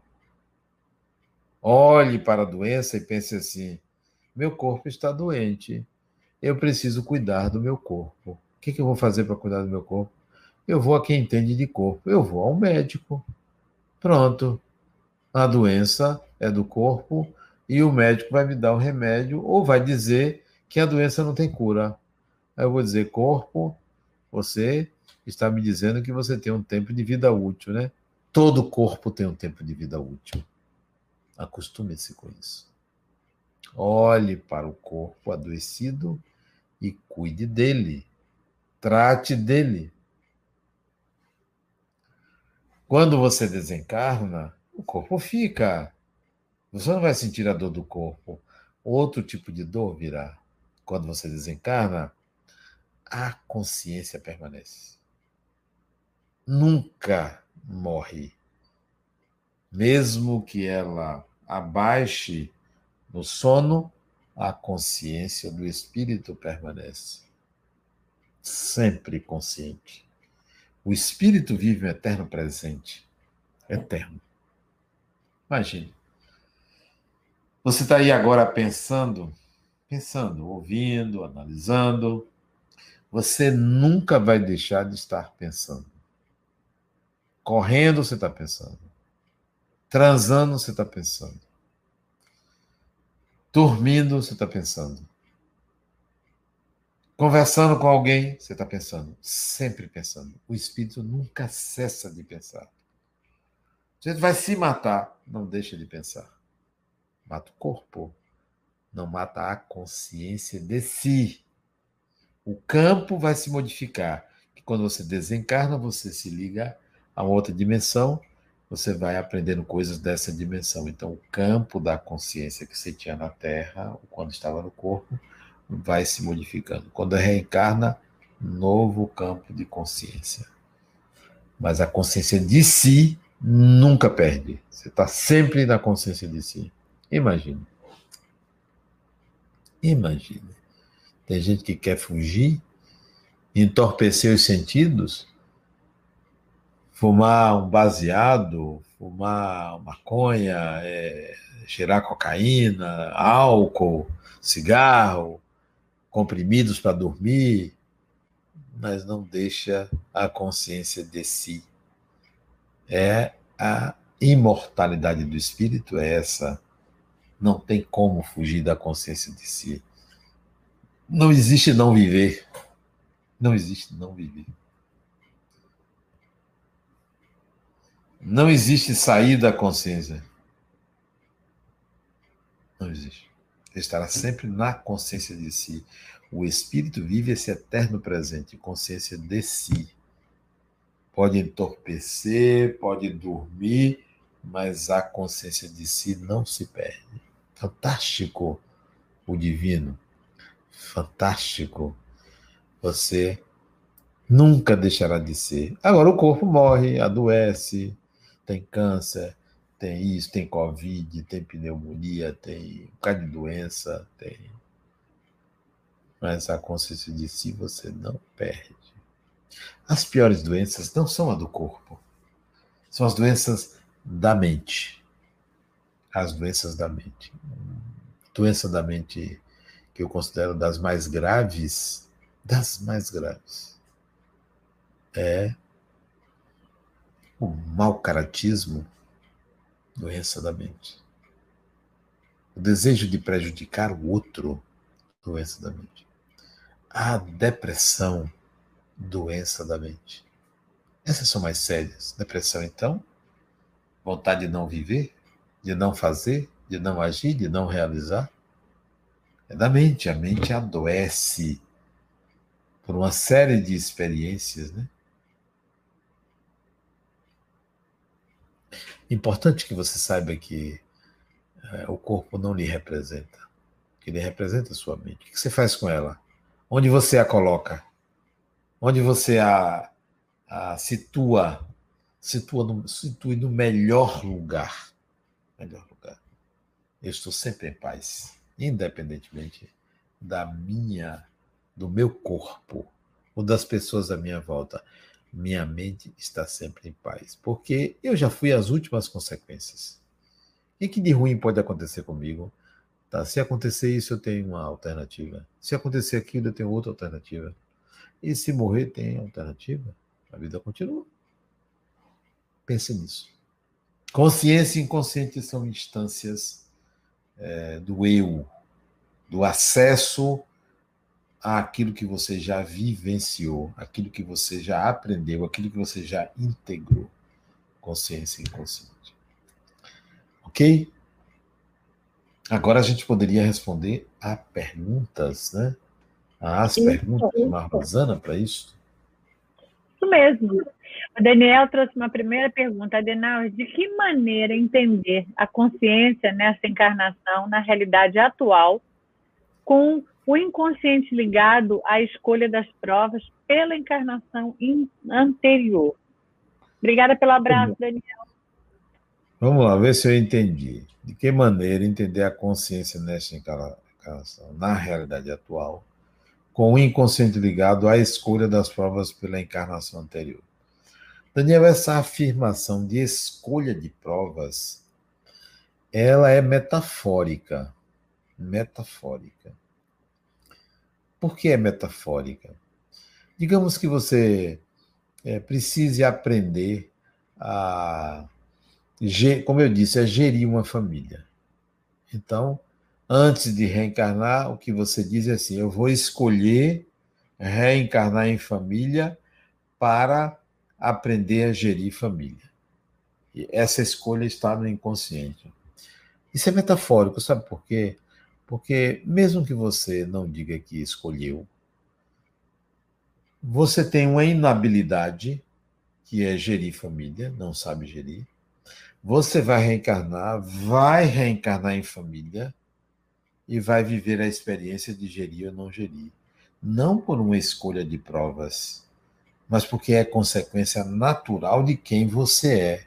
Olhe para a doença e pense assim: meu corpo está doente, eu preciso cuidar do meu corpo. O que eu vou fazer para cuidar do meu corpo? Eu vou a quem entende de corpo, eu vou ao médico. Pronto, a doença é do corpo e o médico vai me dar o remédio ou vai dizer que a doença não tem cura. Aí eu vou dizer: corpo, você está me dizendo que você tem um tempo de vida útil, né? Todo corpo tem um tempo de vida útil. Acostume-se com isso. Olhe para o corpo adoecido e cuide dele. Trate dele. Quando você desencarna, o corpo fica. Você não vai sentir a dor do corpo. Outro tipo de dor virá. Quando você desencarna, a consciência permanece. Nunca morre. Mesmo que ela abaixe no sono, a consciência do espírito permanece. Sempre consciente. O espírito vive um eterno presente. Eterno. Imagine. Você está aí agora pensando, ouvindo, analisando. Você nunca vai deixar de estar pensando. Correndo, você está pensando. Transando, você está pensando. Dormindo, você está pensando. Conversando com alguém, você está pensando. Sempre pensando. O espírito nunca cessa de pensar. Você vai se matar, não deixa de pensar. Mata o corpo, não mata a consciência de si. O campo vai se modificar. Que quando você desencarna, você se liga a outra dimensão, você vai aprendendo coisas dessa dimensão. Então, o campo da consciência que você tinha na Terra, quando estava no corpo, vai se modificando. Quando reencarna, novo campo de consciência. Mas a consciência de si nunca perde. Você está sempre na consciência de si. Imagine. Imagine. Tem gente que quer fugir, entorpecer os sentidos, fumar um baseado, fumar maconha, cheirar cocaína, álcool, cigarro, comprimidos para dormir, mas não deixa a consciência de si. É a imortalidade do espírito, é essa. Não tem como fugir da consciência de si. Não existe não viver. Não existe não viver. Não existe sair da consciência. Não existe. estará sempre na consciência de si. O espírito vive esse eterno presente, consciência de si. Pode entorpecer, pode dormir, mas a consciência de si não se perde. Fantástico o divino, fantástico. Você nunca deixará de ser. Agora o corpo morre, adoece, tem câncer, tem isso, tem Covid, tem pneumonia, tem um bocado de doença, tem. Mas a consciência de si você não perde. As piores doenças não são a do corpo, são as doenças da mente. As doenças da mente. Doença da mente que eu considero das mais graves, é o mau caratismo, doença da mente. O desejo de prejudicar o outro, doença da mente. A depressão, doença da mente. Essas são mais sérias. Depressão, então, vontade de não viver, de não fazer, de não agir, de não realizar. É da mente. A mente adoece por uma série de experiências, né? Importante que você saiba que o corpo não lhe representa, que lhe representa a sua mente. O que você faz com ela? Onde você a coloca? Onde você a situa? Situe no melhor lugar. Melhor lugar. Eu estou sempre em paz, independentemente do meu corpo ou das pessoas à minha volta. Minha mente está sempre em paz, porque eu já fui às últimas consequências. E que de ruim pode acontecer comigo? Tá, se acontecer isso, eu tenho uma alternativa. Se acontecer aquilo, eu tenho outra alternativa. E se morrer, tem alternativa. A vida continua. Pense nisso. Consciência e inconsciente são instâncias do eu, do acesso àquilo que você já vivenciou, aquilo que você já aprendeu, aquilo que você já integrou. Consciência e inconsciente. Ok? Agora a gente poderia responder a perguntas, né? As perguntas, uma Rosana para isso? Isso mesmo. O Daniel trouxe uma primeira pergunta. Adenauer, de que maneira entender a consciência nessa encarnação, na realidade atual, com o inconsciente ligado à escolha das provas pela encarnação anterior? Obrigada pelo abraço, Daniel. Vamos lá, ver se eu entendi. De que maneira entender a consciência nesta encarnação, na realidade atual, com o inconsciente ligado à escolha das provas pela encarnação anterior? Daniel, essa afirmação de escolha de provas, ela é metafórica. Metafórica. Por que é metafórica? Digamos que você precise aprender a, como eu disse, a gerir uma família. Então, antes de reencarnar, o que você diz é assim: eu vou escolher reencarnar em família para aprender a gerir família. E essa escolha está no inconsciente. Isso é metafórico, sabe por quê? Porque mesmo que você não diga que escolheu, você tem uma inabilidade, que é gerir família, não sabe gerir. Você vai reencarnar em família e vai viver a experiência de gerir ou não gerir. Não por uma escolha de provas, mas porque é consequência natural de quem você é.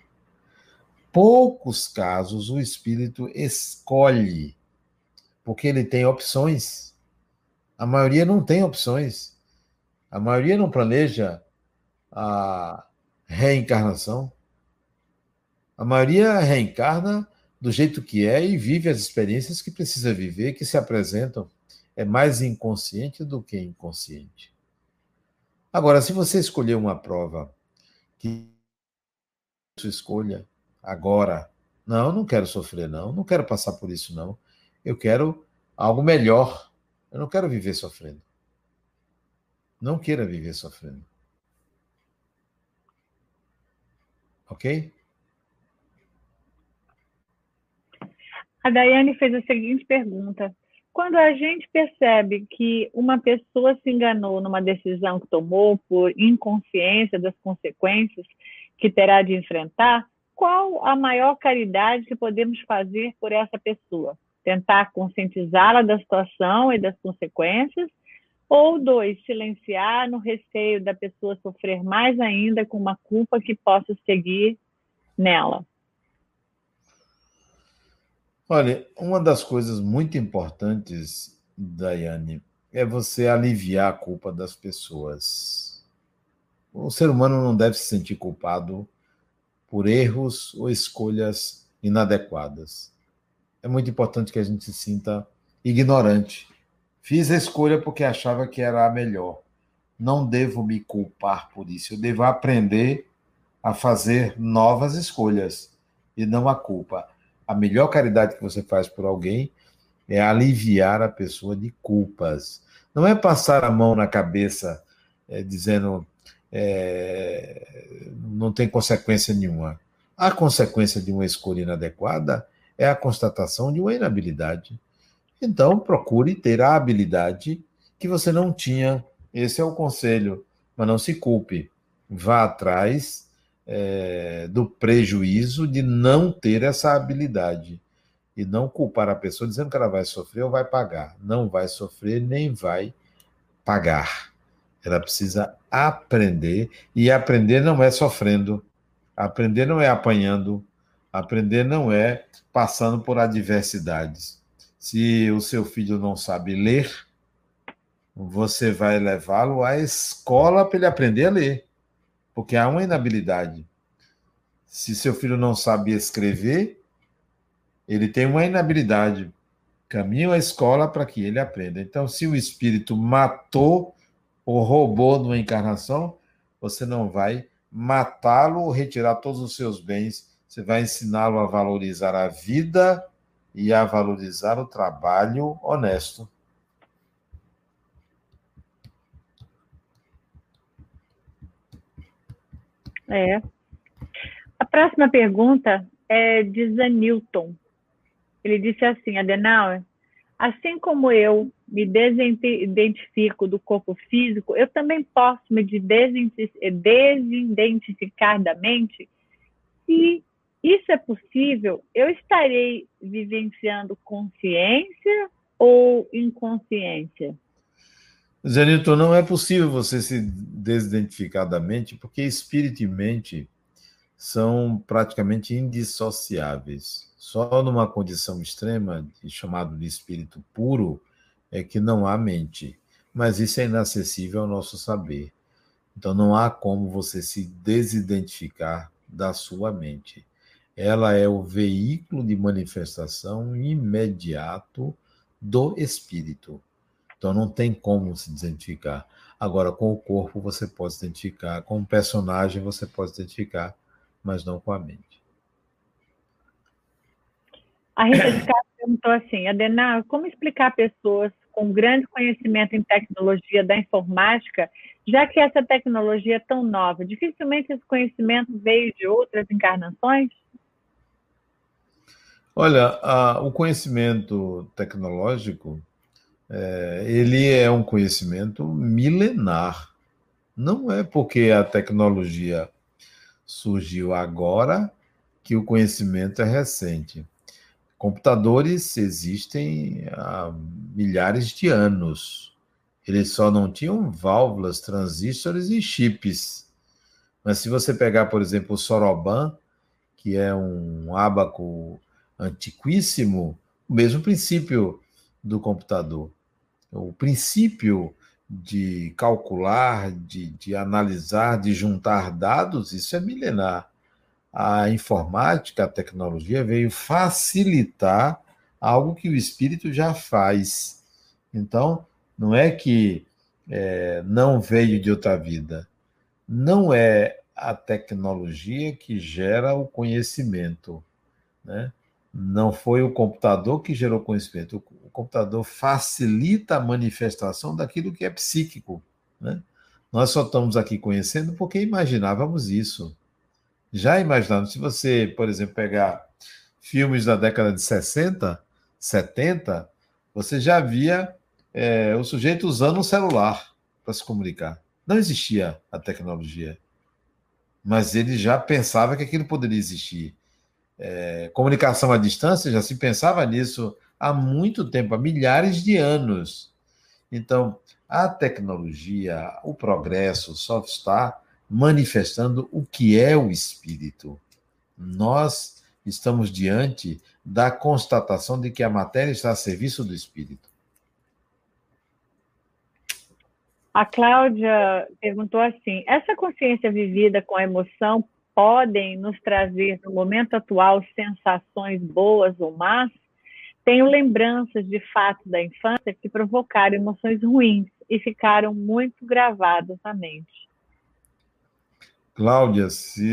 Poucos casos o espírito escolhe, porque ele tem opções. A maioria não tem opções. A maioria não planeja a reencarnação. A maioria reencarna do jeito que é e vive as experiências que precisa viver, que se apresentam. É mais inconsciente do que inconsciente. Agora, se você escolher uma prova que sua escolha agora, não, não quero sofrer, não quero passar por isso, não. Eu quero algo melhor. Eu não quero viver sofrendo. Não queira viver sofrendo. Ok? A Daiane fez a seguinte pergunta: quando a gente percebe que uma pessoa se enganou numa decisão que tomou por inconsciência das consequências que terá de enfrentar, qual a maior caridade que podemos fazer por essa pessoa? Tentar conscientizá-la da situação e das consequências? Ou dois, silenciar no receio da pessoa sofrer mais ainda com uma culpa que possa seguir nela? Olha, uma das coisas muito importantes, Daiane, é você aliviar a culpa das pessoas. O ser humano não deve se sentir culpado por erros ou escolhas inadequadas. É muito importante que a gente se sinta ignorante. Fiz a escolha porque achava que era a melhor. Não devo me culpar por isso. Eu devo aprender a fazer novas escolhas e não a culpa. A melhor caridade que você faz por alguém é aliviar a pessoa de culpas. Não é passar a mão na cabeça dizendo não tem consequência nenhuma. A consequência de uma escolha inadequada é a constatação de uma inabilidade. Então, procure ter a habilidade que você não tinha. Esse é o conselho. Mas não se culpe. Vá atrás do prejuízo de não ter essa habilidade. E não culpar a pessoa dizendo que ela vai sofrer ou vai pagar. Não vai sofrer nem vai pagar. Ela precisa aprender. E aprender não é sofrendo. Aprender não é apanhando. Aprender não é passando por adversidades. Se o seu filho não sabe ler, você vai levá-lo à escola para ele aprender a ler, porque há uma inabilidade. Se seu filho não sabe escrever, ele tem uma inabilidade. Caminho à escola para que ele aprenda. Então, se o espírito matou ou roubou numa encarnação, você não vai matá-lo ou retirar todos os seus bens. Você vai ensiná-lo a valorizar a vida e a valorizar o trabalho honesto. A próxima pergunta é de Zanilton. Ele disse assim: Adenauer, assim como eu me desidentifico do corpo físico, eu também posso me desidentificar da mente? Se isso é possível, eu estarei vivenciando consciência ou inconsciência? Zenilton, não é possível você se desidentificar da mente, porque espírito e mente são praticamente indissociáveis. Só numa condição extrema, chamado de espírito puro, é que não há mente. Mas isso é inacessível ao nosso saber. Então não há como você se desidentificar da sua mente. Ela é o veículo de manifestação imediato do espírito. Então não tem como se identificar. Agora, com o corpo você pode se identificar, com o personagem você pode se identificar, mas não com a mente. A Rita de Castro perguntou assim: Adenauer, como explicar a pessoas com grande conhecimento em tecnologia da informática, já que essa tecnologia é tão nova? Dificilmente esse conhecimento veio de outras encarnações? Olha, o conhecimento tecnológico, ele é um conhecimento milenar. Não é porque a tecnologia surgiu agora que o conhecimento é recente. Computadores existem há milhares de anos. Eles só não tinham válvulas, transistores e chips. Mas se você pegar, por exemplo, o Soroban, que é um ábaco antiquíssimo, o mesmo princípio do computador. O princípio de calcular, de analisar, de juntar dados, isso é milenar. A informática, a tecnologia veio facilitar algo que o espírito já faz. Então, não é que não veio de outra vida. Não é a tecnologia que gera o conhecimento, né? Não foi o computador que gerou conhecimento. O computador facilita a manifestação daquilo que é psíquico, né? Nós só estamos aqui conhecendo porque imaginávamos isso. Já imaginamos, se você, por exemplo, pegar filmes da década de 60, 70, você já via o sujeito usando um celular para se comunicar. Não existia a tecnologia, mas ele já pensava que aquilo poderia existir. Comunicação à distância, já se pensava nisso há muito tempo, há milhares de anos. Então, a tecnologia, o progresso só está manifestando o que é o espírito. Nós estamos diante da constatação de que a matéria está a serviço do espírito. A Cláudia perguntou assim: essa consciência vivida com a emoção podem nos trazer, no momento atual, sensações boas ou más? Tenho lembranças de fatos da infância que provocaram emoções ruins e ficaram muito gravadas na mente. Cláudia,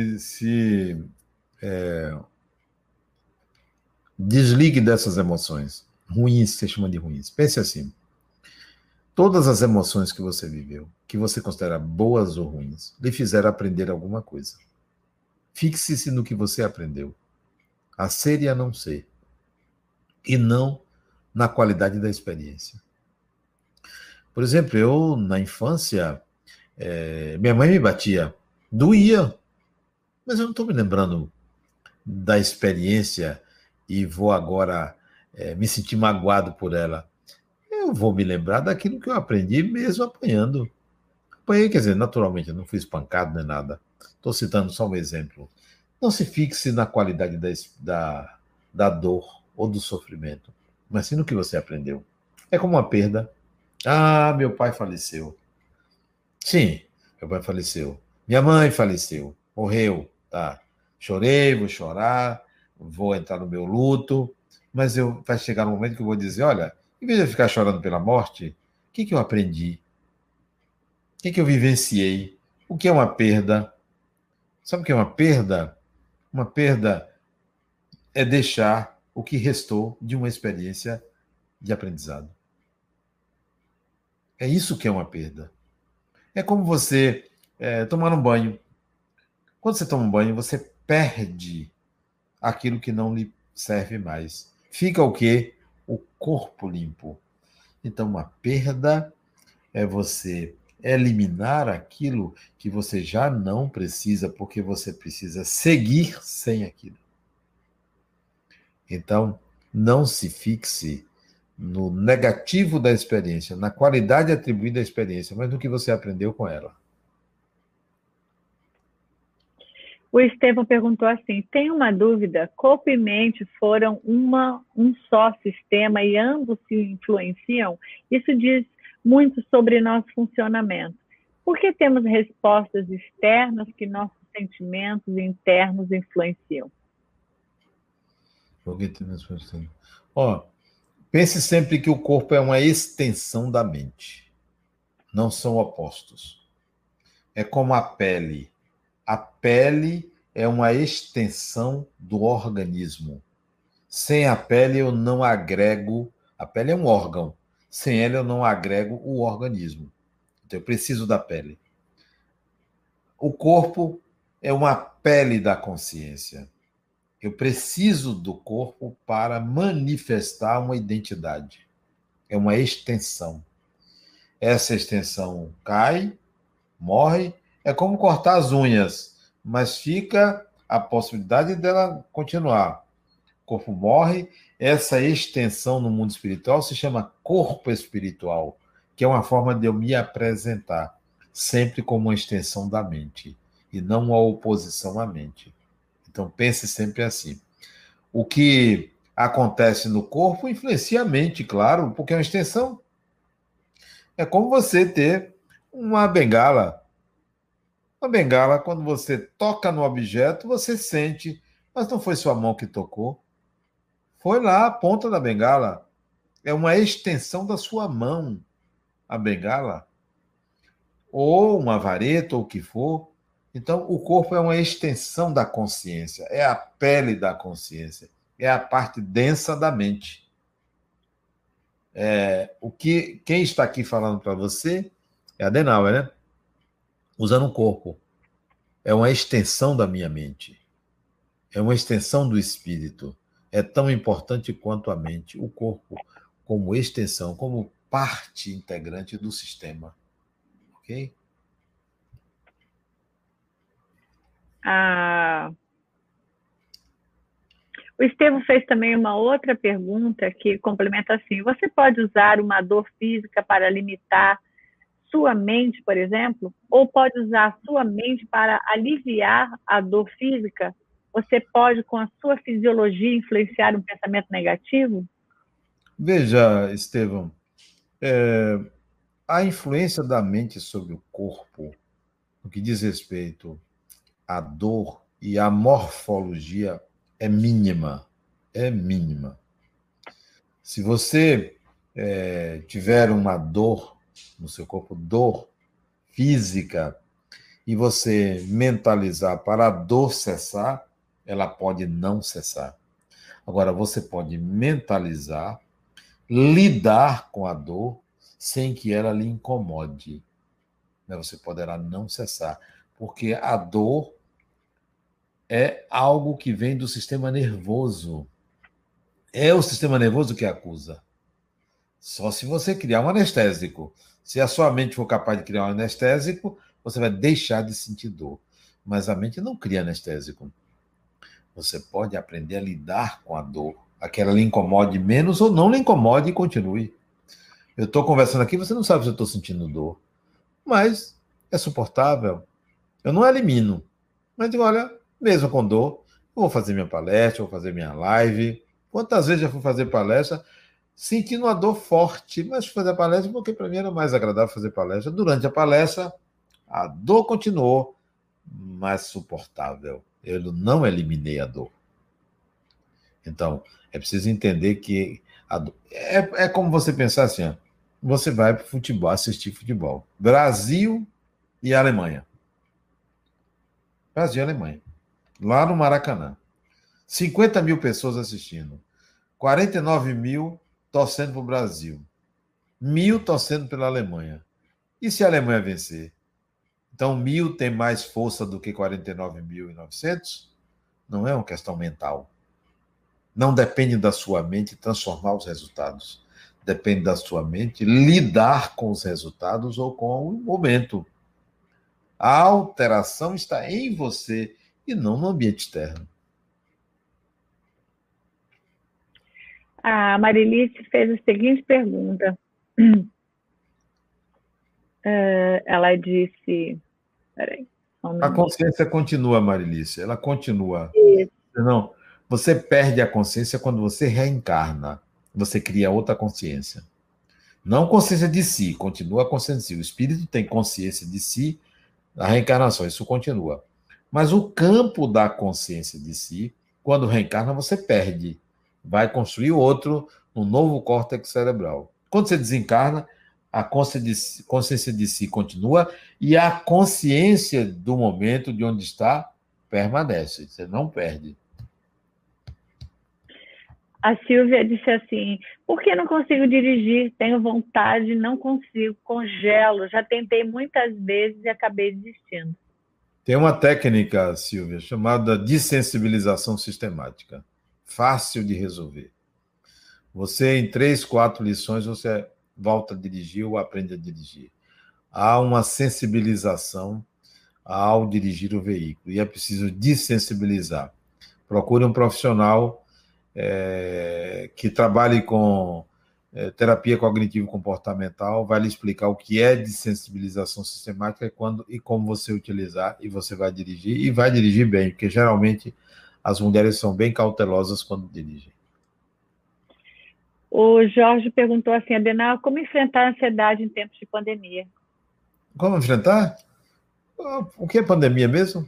desligue dessas emoções ruins, que você chama de ruins. Pense assim: todas as emoções que você viveu, que você considera boas ou ruins, lhe fizeram aprender alguma coisa. Fixe-se no que você aprendeu, a ser e a não ser, e não na qualidade da experiência. Por exemplo, eu, na infância, minha mãe me batia, doía, mas eu não estou me lembrando da experiência e vou agora me sentir magoado por ela. Eu vou me lembrar daquilo que eu aprendi mesmo apanhando. Apanhei, quer dizer, naturalmente, eu não fui espancado nem nada. Estou citando só um exemplo. Não se fixe na qualidade da dor ou do sofrimento, mas sim no que você aprendeu. É como uma perda. Ah, meu pai faleceu. Sim, meu pai faleceu. Minha mãe faleceu. Morreu. Tá. Chorei, vou chorar, vou entrar no meu luto, mas vai chegar um momento que eu vou dizer, olha, em vez de eu ficar chorando pela morte, o que eu aprendi? O que eu vivenciei? O que é uma perda? Sabe o que é uma perda? Uma perda é deixar o que restou de uma experiência de aprendizado. É isso que é uma perda. É como você tomar um banho. Quando você toma um banho, você perde aquilo que não lhe serve mais. Fica o quê? O corpo limpo. Então, uma perda é você eliminar aquilo que você já não precisa, porque você precisa seguir sem aquilo. Então, não se fixe no negativo da experiência, na qualidade atribuída à experiência, mas no que você aprendeu com ela. O Estevão perguntou assim: tem uma dúvida, corpo e mente foram um só sistema e ambos se influenciam? Isso diz muito sobre nosso funcionamento. Por que temos respostas externas que nossos sentimentos internos influenciam? Pense sempre que o corpo é uma extensão da mente. Não são opostos. É como a pele. A pele é uma extensão do organismo. Sem a pele eu não agrego. A pele é um órgão. Sem ela eu não agrego o organismo. Então eu preciso da pele. O corpo é uma pele da consciência. Eu preciso do corpo para manifestar uma identidade. É uma extensão. Essa extensão cai, morre, é como cortar as unhas, mas fica a possibilidade dela continuar. O corpo morre, essa extensão no mundo espiritual se chama corpo espiritual, que é uma forma de eu me apresentar, sempre como uma extensão da mente, e não uma oposição à mente. Então pense sempre assim. O que acontece no corpo influencia a mente, claro, porque é uma extensão. É como você ter uma bengala. Uma bengala, quando você toca no objeto, você sente, mas não foi sua mão que tocou. Foi lá a ponta da bengala. É uma extensão da sua mão, a bengala. Ou uma vareta, ou o que for. Então, o corpo é uma extensão da consciência, é a pele da consciência, é a parte densa da mente. Quem está aqui falando para você é a Adenauer, né? Usando o corpo. É uma extensão da minha mente. É uma extensão do espírito. é tão importante quanto a mente, o corpo, como extensão, como parte integrante do sistema. Ok? O Estevam fez também uma outra pergunta que complementa assim: você pode usar uma dor física para limitar sua mente, por exemplo? Ou pode usar a sua mente para aliviar a dor física? Você pode, com a sua fisiologia, influenciar um pensamento negativo? Veja, Estevão, a influência da mente sobre o corpo, no que diz respeito à dor e à morfologia, é mínima. É mínima. Se você tiver uma dor no seu corpo, dor física, e você mentalizar para a dor cessar, ela pode não cessar. Agora, você pode mentalizar, lidar com a dor sem que ela lhe incomode. Você poderá não cessar, porque a dor é algo que vem do sistema nervoso. É o sistema nervoso que acusa. Só se você criar um anestésico. Se a sua mente for capaz de criar um anestésico, você vai deixar de sentir dor. Mas a mente não cria anestésico. Você pode aprender a lidar com a dor. Aquela lhe incomode menos ou não lhe incomode e continue. Eu estou conversando aqui, você não sabe se eu estou sentindo dor. Mas é suportável. Eu não elimino. Mas digo, olha, mesmo com dor, eu vou fazer minha palestra, vou fazer minha live. Quantas vezes já fui fazer palestra sentindo uma dor forte, mas fui fazer palestra porque para mim era mais agradável fazer palestra. Durante a palestra, a dor continuou, mas suportável. Eu não eliminei a dor. Então, é preciso entender que é como você pensar assim, ó, você vai para o futebol, assistir futebol. Brasil e Alemanha. Brasil e Alemanha. Lá no Maracanã. 50 mil pessoas assistindo. 49 mil torcendo para o Brasil. 1.000 torcendo pela Alemanha. E se a Alemanha vencer? Então, 1.000 tem mais força do que 49.900? Não é uma questão mental. Não depende da sua mente transformar os resultados. Depende da sua mente lidar com os resultados ou com o momento. A alteração está em você e não no ambiente externo. A Marilice fez a seguinte pergunta. Ela disse... Peraí. A consciência continua, Marilice. Ela continua. Isso. Não, você perde a consciência quando você reencarna. Você cria outra consciência. Não consciência de si, continua a consciência de si. O espírito tem consciência de si, a reencarnação, isso continua. Mas o campo da consciência de si, quando reencarna, você perde. Vai construir outro, um novo córtex cerebral. Quando você desencarna, a consciência de si continua e a consciência do momento de onde está permanece. Você não perde. A Silvia disse assim: por que não consigo dirigir? Tenho vontade, não consigo, congelo. Já tentei muitas vezes e acabei desistindo. Tem uma técnica, Silvia, chamada dessensibilização sistemática. Fácil de resolver. Você, em 3, 4 lições, você volta a dirigir ou aprende a dirigir. Há uma sensibilização ao dirigir o veículo e é preciso dessensibilizar. Procure um profissional que trabalhe com terapia cognitivo-comportamental, vai lhe explicar o que é dessensibilização sistemática e como você utilizar, e você vai dirigir bem, porque geralmente as mulheres são bem cautelosas quando dirigem. O Jorge perguntou assim: Adenal, como enfrentar a ansiedade em tempos de pandemia? Como enfrentar? O que é pandemia mesmo?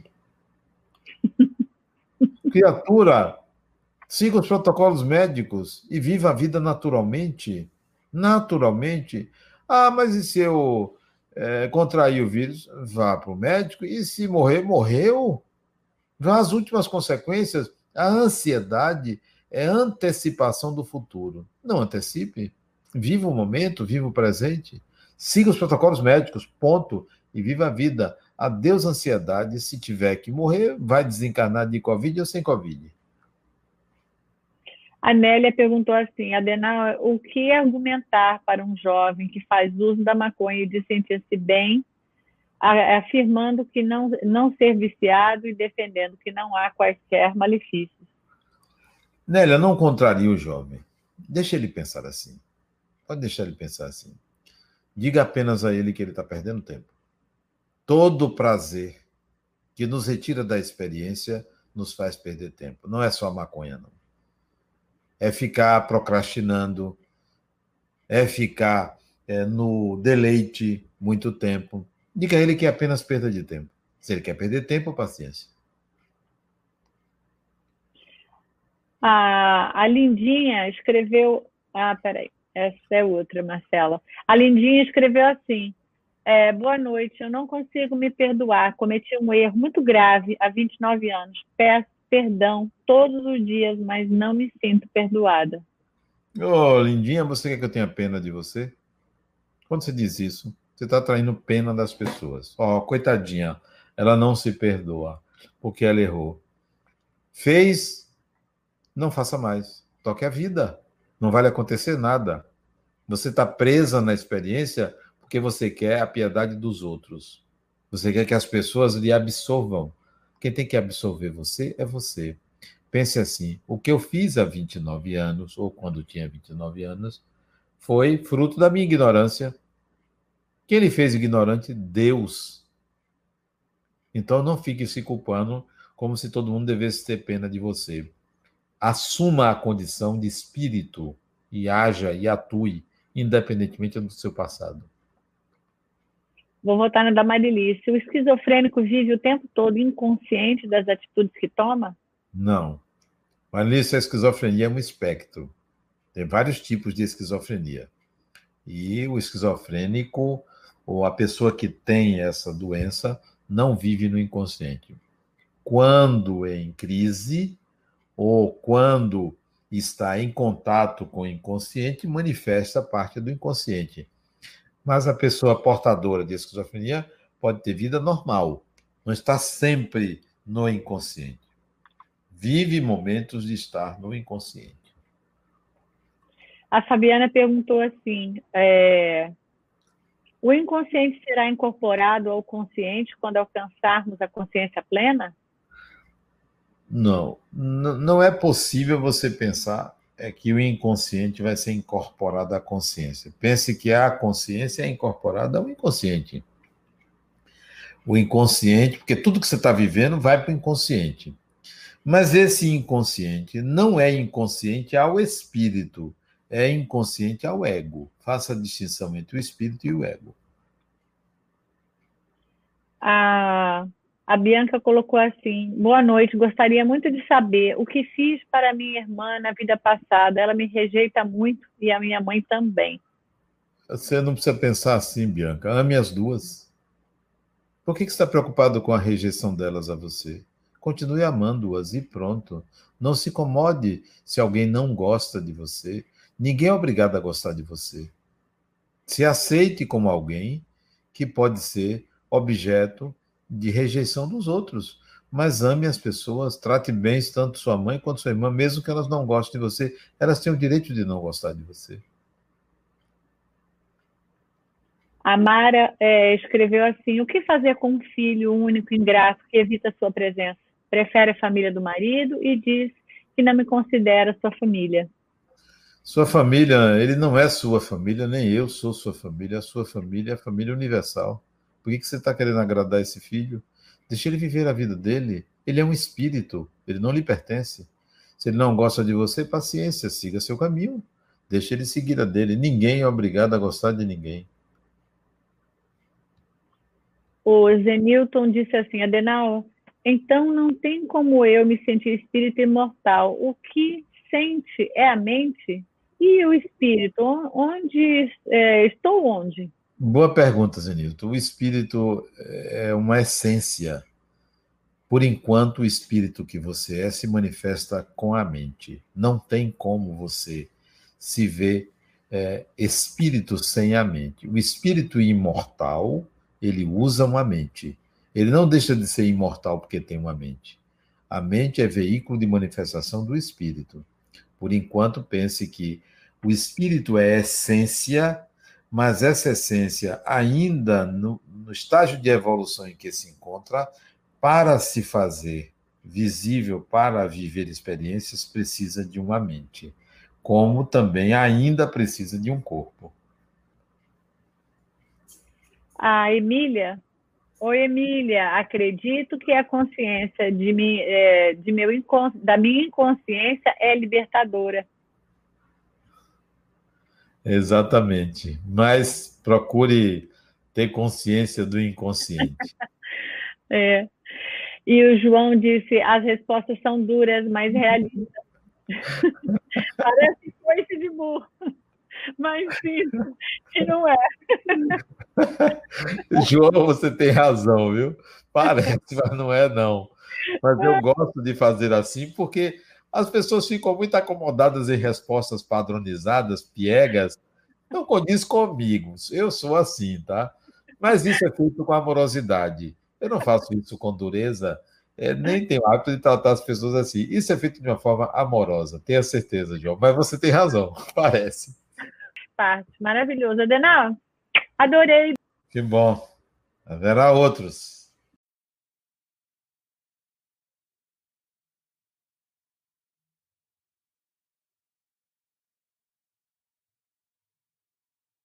Criatura, siga os protocolos médicos e viva a vida naturalmente. Naturalmente. Ah, mas e se eu contrair o vírus? Vá para o médico. E se morrer, morreu. Vá às últimas consequências. A ansiedade é antecipação do futuro. Não antecipe. Viva o momento, viva o presente. Siga os protocolos médicos, ponto. E viva a vida. Adeus ansiedade. Se tiver que morrer, vai desencarnar de Covid ou sem Covid. A Nélia perguntou assim, Adenal, o que argumentar para um jovem que faz uso da maconha e de sentir-se bem, afirmando que não ser viciado e defendendo que não há quaisquer malefícios? Nélia, não contraria o jovem. Deixa ele pensar assim. Pode deixar ele pensar assim. Diga apenas a ele que ele está perdendo tempo. Todo prazer que nos retira da experiência nos faz perder tempo. Não é só a maconha, não. É ficar procrastinando, é ficar no deleite muito tempo. Diga a ele que é apenas perda de tempo. Se ele quer perder tempo, paciência. A Lindinha escreveu... peraí, essa é outra, Marcela. A Lindinha escreveu assim, boa noite, eu não consigo me perdoar, cometi um erro muito grave há 29 anos, peço perdão todos os dias, mas não me sinto perdoada. Ô, Lindinha, você quer que eu tenha pena de você? Quando você diz isso, você está traindo pena das pessoas. Ó, coitadinha, ela não se perdoa porque ela errou. Fez, não faça mais. Toque a vida. Não vai lhe acontecer nada. Você está presa na experiência porque você quer a piedade dos outros. Você quer que as pessoas lhe absorvam. Quem tem que absorver você é você. Pense assim: o que eu fiz há 29 anos, ou quando tinha 29 anos, foi fruto da minha ignorância. Quem lhe fez ignorante? Deus. Então não fique se culpando como se todo mundo devesse ter pena de você. Assuma a condição de espírito e haja e atue, independentemente do seu passado. Vou votar na da Marilice. O esquizofrênico vive o tempo todo inconsciente das atitudes que toma? Não. Mas nisso a esquizofrenia é um espectro. Tem vários tipos de esquizofrenia. E o esquizofrênico, ou a pessoa que tem essa doença, não vive no inconsciente. Quando em crise, ou quando está em contato com o inconsciente, manifesta parte do inconsciente. Mas a pessoa portadora de esquizofrenia pode ter vida normal, não está sempre no inconsciente. Vive momentos de estar no inconsciente. A Fabiana perguntou assim, o inconsciente será incorporado ao consciente quando alcançarmos a consciência plena? Não, não é possível você pensar que o inconsciente vai ser incorporado à consciência. Pense que a consciência é incorporada ao inconsciente. O inconsciente, porque tudo que você está vivendo vai para o inconsciente. Mas esse inconsciente não é inconsciente ao espírito, é inconsciente ao ego. Faça a distinção entre o espírito e o ego. A Bianca colocou assim, boa noite, gostaria muito de saber o que fiz para minha irmã na vida passada. Ela me rejeita muito e a minha mãe também. Você não precisa pensar assim, Bianca. Ame as duas. Por que você está preocupado com a rejeição delas a você? Continue amando-as e pronto. Não se incomode se alguém não gosta de você. Ninguém é obrigado a gostar de você. Se aceite como alguém que pode ser objeto de rejeição dos outros. Mas ame as pessoas, trate bem tanto sua mãe quanto sua irmã, mesmo que elas não gostem de você. Elas têm o direito de não gostar de você. A Mara escreveu assim, o que fazer com um filho único, ingrato, que evita sua presença? Prefere a família do marido e diz que não me considera sua família. Sua família, ele não é sua família, nem eu sou sua família. A sua família é a família universal. Por que você está querendo agradar esse filho? Deixa ele viver a vida dele. Ele é um espírito, ele não lhe pertence. Se ele não gosta de você, paciência, siga seu caminho. Deixa ele seguir a dele. Ninguém é obrigado a gostar de ninguém. O Zenilton disse assim, Adenal, então não tem como eu me sentir espírito imortal. O que sente é a mente? E o espírito? Estou onde? Boa pergunta, Zenilton. O espírito é uma essência. Por enquanto, o espírito que você é se manifesta com a mente. Não tem como você se ver espírito sem a mente. O espírito imortal, ele usa uma mente. Ele não deixa de ser imortal porque tem uma mente. A mente é veículo de manifestação do espírito. Por enquanto, pense que o espírito é essência, mas essa essência, ainda no estágio de evolução em que se encontra, para se fazer visível, para viver experiências, precisa de uma mente, como também ainda precisa de um corpo. A Emília. Oi, Emília. Acredito que a consciência da minha inconsciência é libertadora. Exatamente. Mas procure ter consciência do inconsciente. É. E o João disse: as respostas são duras, mas realistas. Parece coice de burro, mas sim, que não é. João, você tem razão, viu? Parece, mas não é, não. Mas eu gosto de fazer assim porque as pessoas ficam muito acomodadas em respostas padronizadas, piegas. Não condiz comigo. Eu sou assim, tá? Mas isso é feito com amorosidade. Eu não faço isso com dureza, nem tenho o hábito de tratar as pessoas assim. Isso é feito de uma forma amorosa, tenha certeza, João. Mas você tem razão, parece. Parte. Maravilhoso. Adenal, adorei. Que bom. Haverá outros.